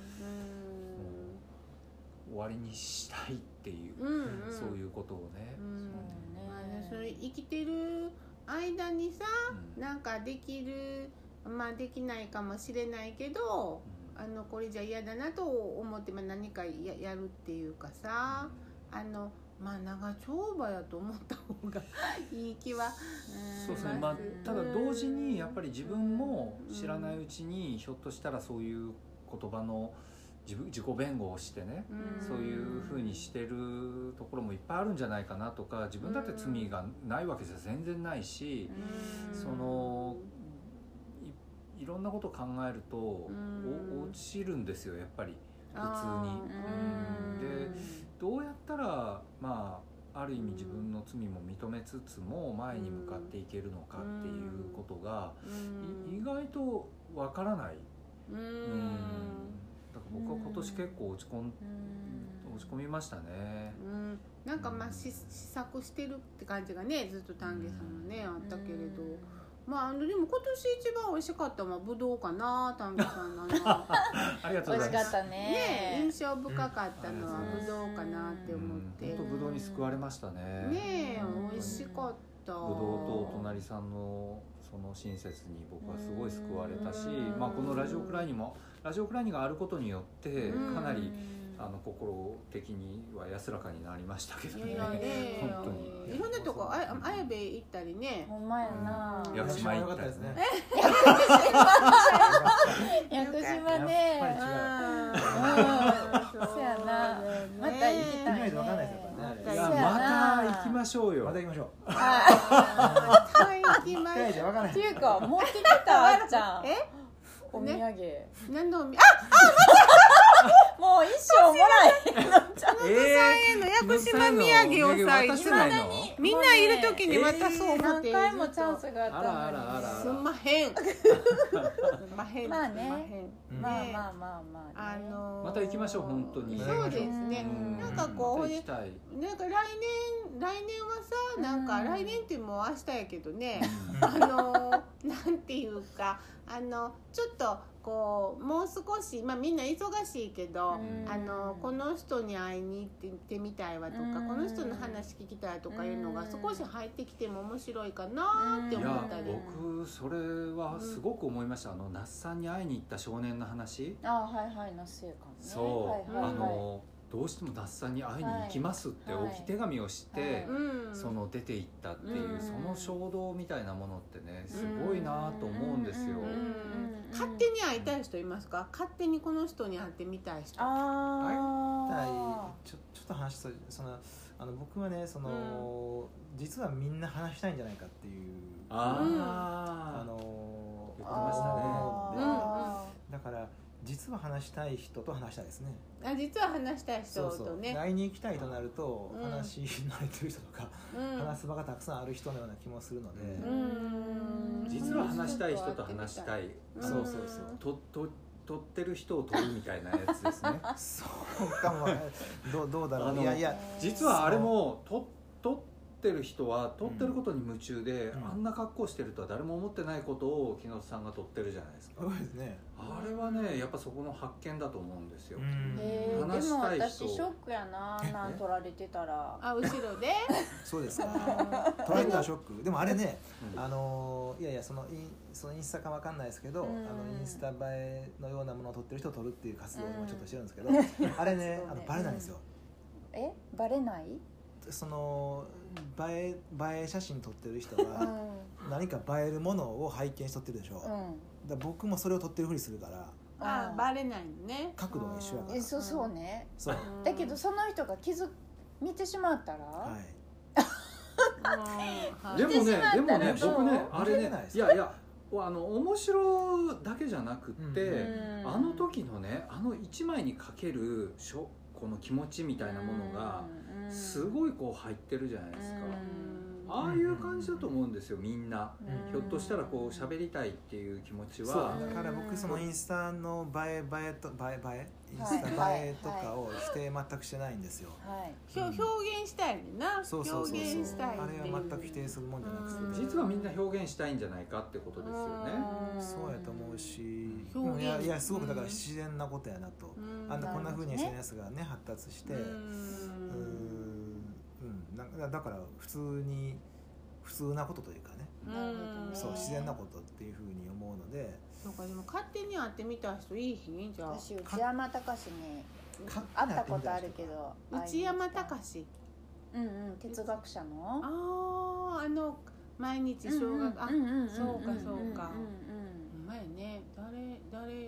う終わりにしたいっていう、うんうん、そういうことをね、うんそうねまあね、それ生きてる間にさ、うん、なんかできるまあできないかもしれないけど、うん、あのこれじゃ嫌だなと思って、まあ、何か や, やるっていうかさ、うん、あのまあ長丁場やと思った方がいい気はそうですね、まあ、ただ同時にやっぱり自分も知らないうちにひょっとしたらそういう言葉の自分自己弁護をしてね、 うんそういう風にしてるところもいっぱいあるんじゃないかなとか、自分だって罪がないわけじゃ全然ないし、 うんその い, いろんなことを考えると、 うんお落ちるんですよやっぱり普通に。 あーうんでどうやったらまあある意味自分の罪も認めつつも前に向かっていけるのかっていうことがうんい意外とわからない。 うんうんだから僕は今年結構落ち込ん落ち込みましたね。 うんなんかまあ試試作してるって感じがねずっと丹下さんはねあったけれど、まああのでも今年一番美味しかったのはぶどうかな丹下さんのあのありがとう美味しかったございます。 ねね印象深かったのはぶどうかなって思って、 本当ぶどうに救われましたね。 ねえうん美味しかった。 ぶどうとお隣さんのその親切に僕はすごい救われたし、 うんまあこのラジオクライにもラジオクライニがあることによってうんかなりあの心的には安らかになりましたけどね。 いやね本当にいろんなとこあ綾部行ったりね。 ほんまやな、 うん屋久島行ったりですねね。 屋久島やっねぱり違ううんそうやなまた行きたい行かないと分かんないですよやっぱりねいやそうやなまた行きましょうよ。 また行きましょうはい行きま一回しじゃ分からないっていうか持ってきたあっちゃんえお土産、 何のみあもう一生もらえへんのちゃうえへの屋久島土産をさ渡してないの？ みんないる時に渡そう思って何回もチャンスがあったのにあらあらあらすんまへんすんまへんまあねすんまへんうんまあまあまあまあ、ね、 あのーまた行きましょう本当にそうですねうんなんかこうまた行きたい。 なんか来年来年はさなんかうん来年ってもう明日やけどねうんあのーなんていうかあのちょっとこうもう少しまあみんな忙しいけどうんあのこの人に会いに行って行ってみたいわとかうんこの人の話聞きたいとかいうのが少し入ってきても面白いかなっていや思ったり。 僕それはすごく思いました。あの那須さんに会いに行った少年の話。 あはいはい那須かもねそう、 はいはいはい、 あのどうしても那須さんに会いに行きますってはい置き手紙をして、 はいうんその出て行ったっていう、 うんその衝動みたいなものってねすごいなと思うんですよ。 うんうん勝手に会いたい人いますか？勝手にこの人に会ってみたい人。 あちょちょっと話すとそのあの僕はねその、実はみんな話したいんじゃないかっていうあーあの言ってましたねあだから実は話したい人と話したいですね。 あ実は話したい人そうそうとね。 会いに行きたいとなると、 うん話に慣れてる人とか、 うん話す場がたくさんある人のような気もするので、 うん実は話したい人と話したい、 うんそうそうそうとと撮ってる人を撮るみたいなやつですね。 そうかもどうどうだろあのういやいや実はあれもと撮ってる人は撮ってることに夢中で、 うんあんな格好してるとは誰も思ってないことを木下さんが撮ってるじゃないですか。 そうですね。 あれはねやっぱそこの発見だと思うんですよ。 うんへー話でもしたい人私ショックやななん取られてたらあ後ろで。 そうですか。 うトライターショック。でもあれね、 うんあのいやいやそのインそのインスタかわかんないですけど、 うんあのインスタ映えのようなものを撮ってる人を撮るっていう活動を今ちょっとしてるんですけど、 うんあれねそうねあのバレないんですよ。 えバレないその映え映え写真撮ってる人うはん何か映えるものを拝見し撮ってるでしょ。だかうんら僕もそれを撮ってるふりするからあバレないのね。 角度が一緒やから。 えそうそうねそう。 うんだけどその人が気づ見てしまったら、 はい。 うんでもねでもねどう僕ねあれね見れないですいやいやあの面白だけじゃなくって、 うんあの時のねあの一枚にかけるしょこの気持ちみたいなものがすごいこう入ってるじゃないですか。ああいう感じだと思うんですよみんな。ひょっとしたらこう喋りたいっていう気持ちそうはだから僕そのインスタの映え映えと映え映えインスタ映えとかを否定全くしてないんですよ。 はい表表現したいねんな。 そうそうそう表現しそう。 たいっていう。 あれは全く否定するもんじゃなくて、 うん実はみんな表現したいんじゃないかってことですよね。 うんそうやと思うし、 表現うんいやいやすごくだから自然なことやなと。 うんあんなこんな風に エスエヌエスながね発達して、 ううんんうんなだから普通に普通なことというかね、 うんなるほどねそう自然なことっていう風に思うので、 そうかでも勝手に会ってみた人いい日にじゃあ。 私内山隆に勝会ったことあるけど内山隆。 うんうん哲学者のあああの毎日小学あうんうんうんうんそうかそうかうんうん前ね誰誰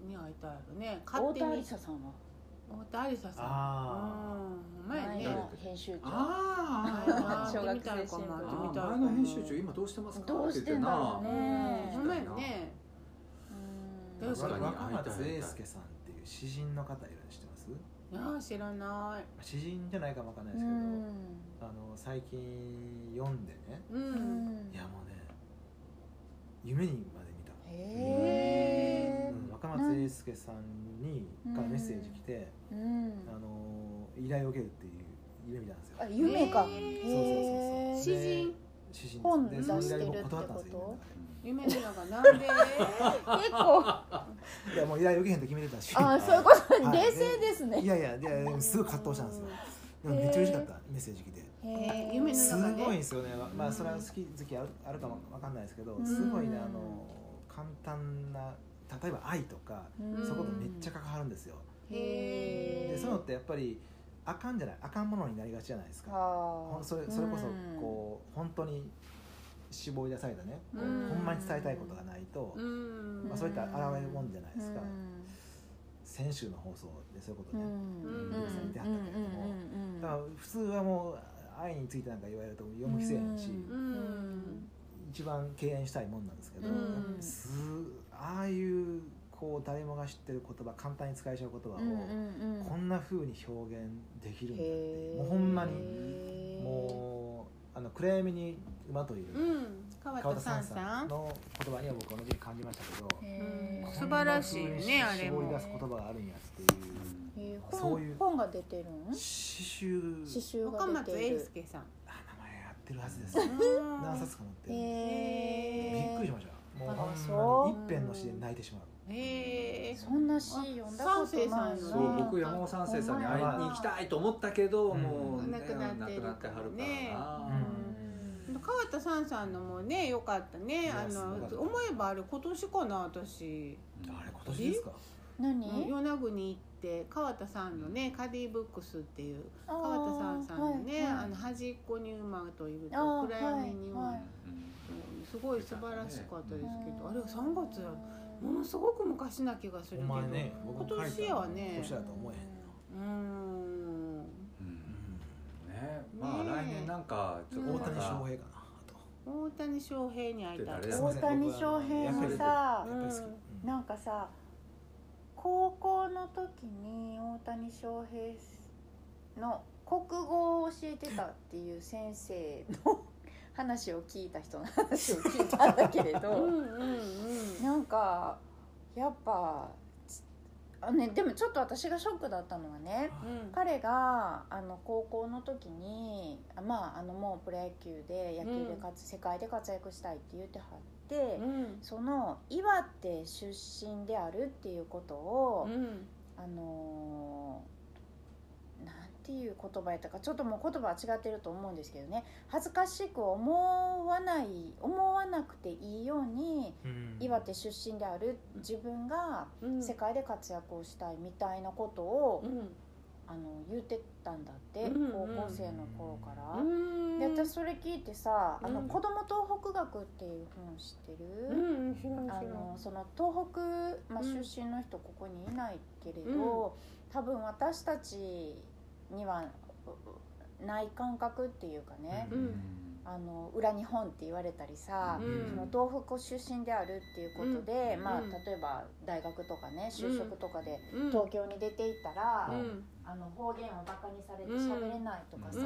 に会いたいやろね。 太田有沙さんは太田有沙さん。 あうん、前ね。 前の編集長ああ小学生見たいかも。 新聞見たいかも前の編集長今どうしてますかどうしてんだろうねほんまやね。 うん確かに若松英介さんっていう詩人の方いるの知ってます？ いや知らない。 詩人じゃないかもわかんないでうすけど、 んあの最近読んでね、 う。 うんんいやもうね夢にまで見た。 へうん若松英介さんにからメッセージ来て、 ーうんあの依頼を受けるっていう夢見たんですよ。 あ夢か詩へーへー人。 詩人本です。で、その依頼を出してるってこと断ったんですよ。 夢の中なんで。 結構いやもう依頼受けへんと決めてたし。 あそういうことはい冷静ですねいやいや、でもすごい葛藤したんですよ。でもめっちゃ嬉しかったメッセージ来て。 へー夢のす中でごいんですよね。まあそれは好き好きあるあるかもわかんないですけど、 うんすごいねあの簡単な例えば愛とかうんそことめっちゃ関わるんですよ。 へーでそういうのってやっぱりあかんじゃないあかんものになりがちじゃないですか。ほあんそれそれこそうんこう本当に絞り出されたね、こううんほんまに伝えたいことがないと、 うんまあ、そういった現れるもんじゃないですか。 うん先週の放送でそういうことね、 うん皆さん見てはったけれども、だから普通はもう愛についてなんか言われると読む気せえへんし、 うん一番敬遠したいもんなんですけど、 うんやっぱすああいうこう誰もが知ってる言葉簡単に使えちゃう言葉を、こんな風に表現できるんだってもうほんまにもうあの暗闇に馬といる、 うん川川田田さんささんんの言葉には僕は同じに感じましたけど、 へー素晴らしいねあれも絞り出す言葉があるんやっていうへーそういう本本が出てるん詩集詩集若が出てる松英介さん。 あ名前やってるはずです何冊か載ってるんでへーびっくりしました。もうあほんまそうに一編の詩で泣いてしまう。 へえ。 そんな詩読んだことないな。 そう僕山本三世さんに会いに行きたいと思ったけど、 うんもう、ね、 亡くなってる亡くなってはるからねな、 川田さんさんのもね良かったね。あいやすごかったの思えばあれ今年かな私。 あれ今年ですか？ 何？ 与那国行って川田さんのねカディブックスっていうあー川田さんさんのね、 はいはいあの端っこに馬といるとあー暗闇に馬、 はいはいすごい素晴らしかったですけど、あれはさんがつやうものすごく昔な気がするけど、 お前ね、僕今年やわね今年だと思えへんの。 うーんうんねまあね来年なんかちょっと大また谷翔平かな。 大谷翔平に会いたい。 って誰大谷翔平のさやっぱり好き。うんなんかさ高校の時に大谷翔平の国語を教えてたっていう先生の話を聞いた人の話を聞いたんだけれど、 うんうんうんなんかやっぱあ、ね、でもちょっと私がショックだったのはね、 うん彼があの高校の時に、まあ、あのもうプロ野球で野球でかつ、うん、世界で活躍したいって言ってはって、 うん、 その岩手出身であるっていうことを、 うん、 あのなんていう言葉やったかちょっともう言葉は違ってると思うんですけどね、恥ずかしく思わない思わなくていいように、うん、岩手出身である自分が世界で活躍をしたいみたいなことを、うん、あの言ってたんだって、うん、高校生の頃から、うん、で私それ聞いてさ、うん、あの子ども東北学っていう本知ってる、 うん、知らん知らんあのその東北、まあ、出身の人ここにいないけれど、多分私たちにはない感覚っていうかね、うん、あの裏日本って言われたりさ、うん、その東北出身であるっていうことで、うん、まあ、例えば大学とかね就職とかで東京に出ていったら、うん、あの方言をバカにされて喋れないとかさ、うん、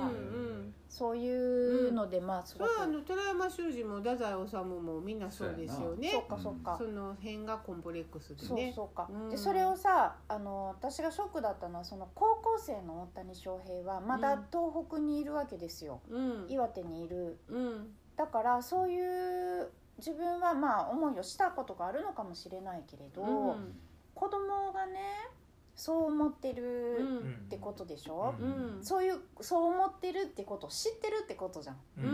そういうので、まあすごく、 うん、あの寺山修司も太宰治もみんなそうですよね。 そっかそっか、 その辺がコンプレックスでね。 そうそうか、でそれをさあの私がショックだったのはその高校生の大谷翔平はまだ東北にいるわけですよ、うん、岩手にいる、うん、だからそういう自分はまあ思いをしたことがあるのかもしれないけれど、うん、子供がねそう思ってるってことでしょ、うん、そういうそう思ってるってことを知ってるってことじゃん、うん、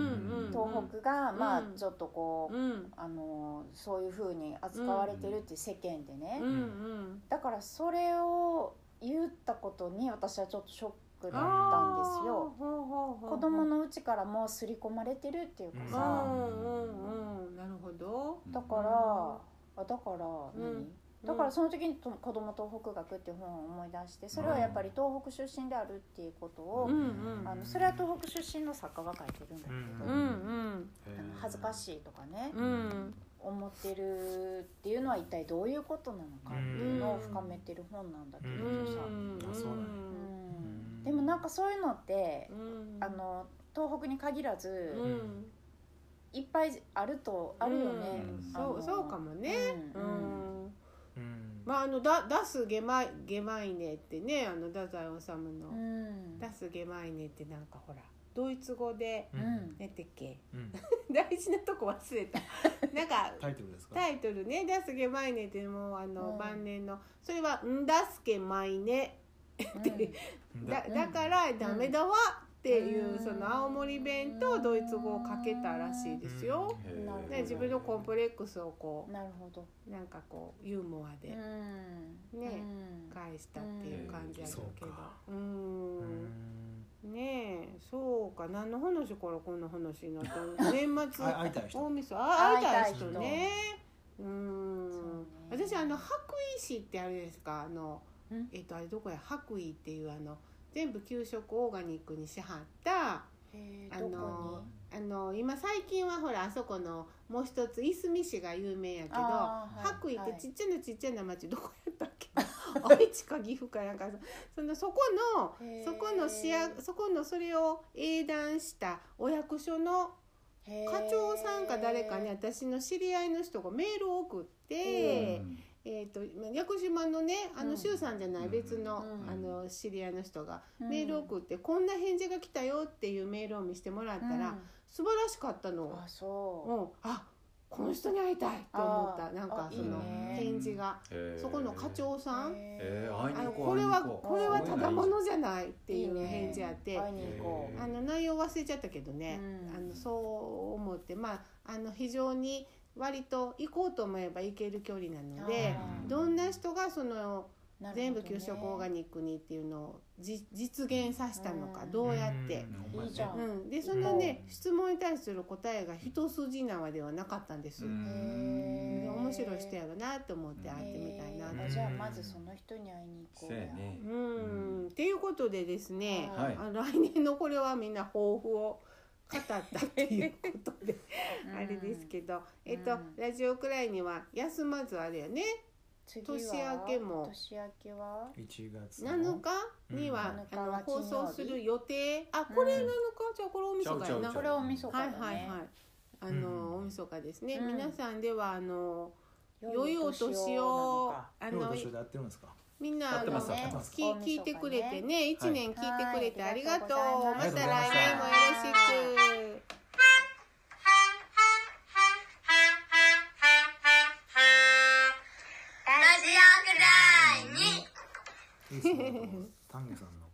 東北が、うん、まあちょっとこう、うん、あのそういう風に扱われてるって世間でね、うん、だからそれを言ったことに私はちょっとショックだったんですよ。子供のうちからもう刷り込まれてるっていうかさ、 うんうんうん、なるほど。 だから、あだから何、 だからその時にと子ども東北学っていう本を思い出して、それはやっぱり東北出身であるっていうことを、 うんうん、 あのそれは東北出身の作家が書いてるんだけど、 うんうん、 あの恥ずかしいとかね、 うん、 思ってるっていうのは一体どういうことなのかっていうのを深めてる本なんだけどさ、 うんあそうなんや、 うん、でもなんかそういうのって、うん、あの東北に限らず、うん、いっぱいあるとあるよね、 うん、そうそうかもね、うんうんうん、 まああのだ出すゲマイゲマイネってね、あの太宰治の、うん、出すゲマイネってなんかほらドイツ語で、うん、何てっけ、うん、大事なとこ忘れたなんかタイトルですか、 タイトルね、出すゲマイネってもうあの、うん、晩年のそれはんだすけマイネって、うん、だ, だからダメだわ、うんっていうその青森弁とドイツ語をかけたらしいですよ。ね、自分のコンプレックスをこう、 なるほど、 なんかこうユーモアでね返したっていう感じやるけど、うん、ねえ、そうか、何の話からこんな話になったの？年末会いたい人、 大晦日会いたい人ね。うん、私あの白衣市ってあるですか、あのえっとあれどこや、白衣っていうあの全部給食オーガニックにしはったあのあの今最近はほらあそこのもう一ついすみ市が有名やけど、白衣ってちっちゃなちっちゃな町どこやったっけ愛知か岐阜かなんかそのそこのそこの市やそこのそれを英断したお役所の課長さんか誰かに私の知り合いの人がメールを送って、えー、と屋久島のねあの周さんじゃない別の、うん、あの知り合いの人がメールを送って、うん、こんな返事が来たよっていうメールを見せてもらったら、うん、素晴らしかったの。 あ、そう、 うん、あ、この人に会いたいと思った。なんかその返事がそこの課長さん、 えー、 あのこれはこれはただものじゃないっていう返事あって、あの内容忘れちゃったけどね、うん、あのそう思って、まああの非常に割と行こうと思えば行ける距離なので、どんな人がその全部給食オーガニックにっていうのをじ実現させたのか、どうやって、 いいじゃん、 うん、でそのね質問に対する答えが一筋縄ではなかったんです。へー、面白い人やろなと思って会ってみたいなと。 じゃあまずその人に会いに行こうや。 うん、っていうことでですね、 はい、 あ来年のこれはみんな抱負を語ったっていうことであれですけど、えっと、うん、ラジオくらいには休まずあれよね、年明けも年明けはいちがつなのかには、うん、あの放送する予定、あ、これなのか、うん、じゃあこれ大晦日やな、 これ大晦日だね、 はいはいはい、あの、うん、大晦日ですね、うん、皆さんではあの良いお年をあの良いお年をでやってるんですか、 みんなあの、ね、聞いてくれてね、いちねん聞いてくれてありがとう、また来年もよろしく。 ラジオくらいに丹下さんの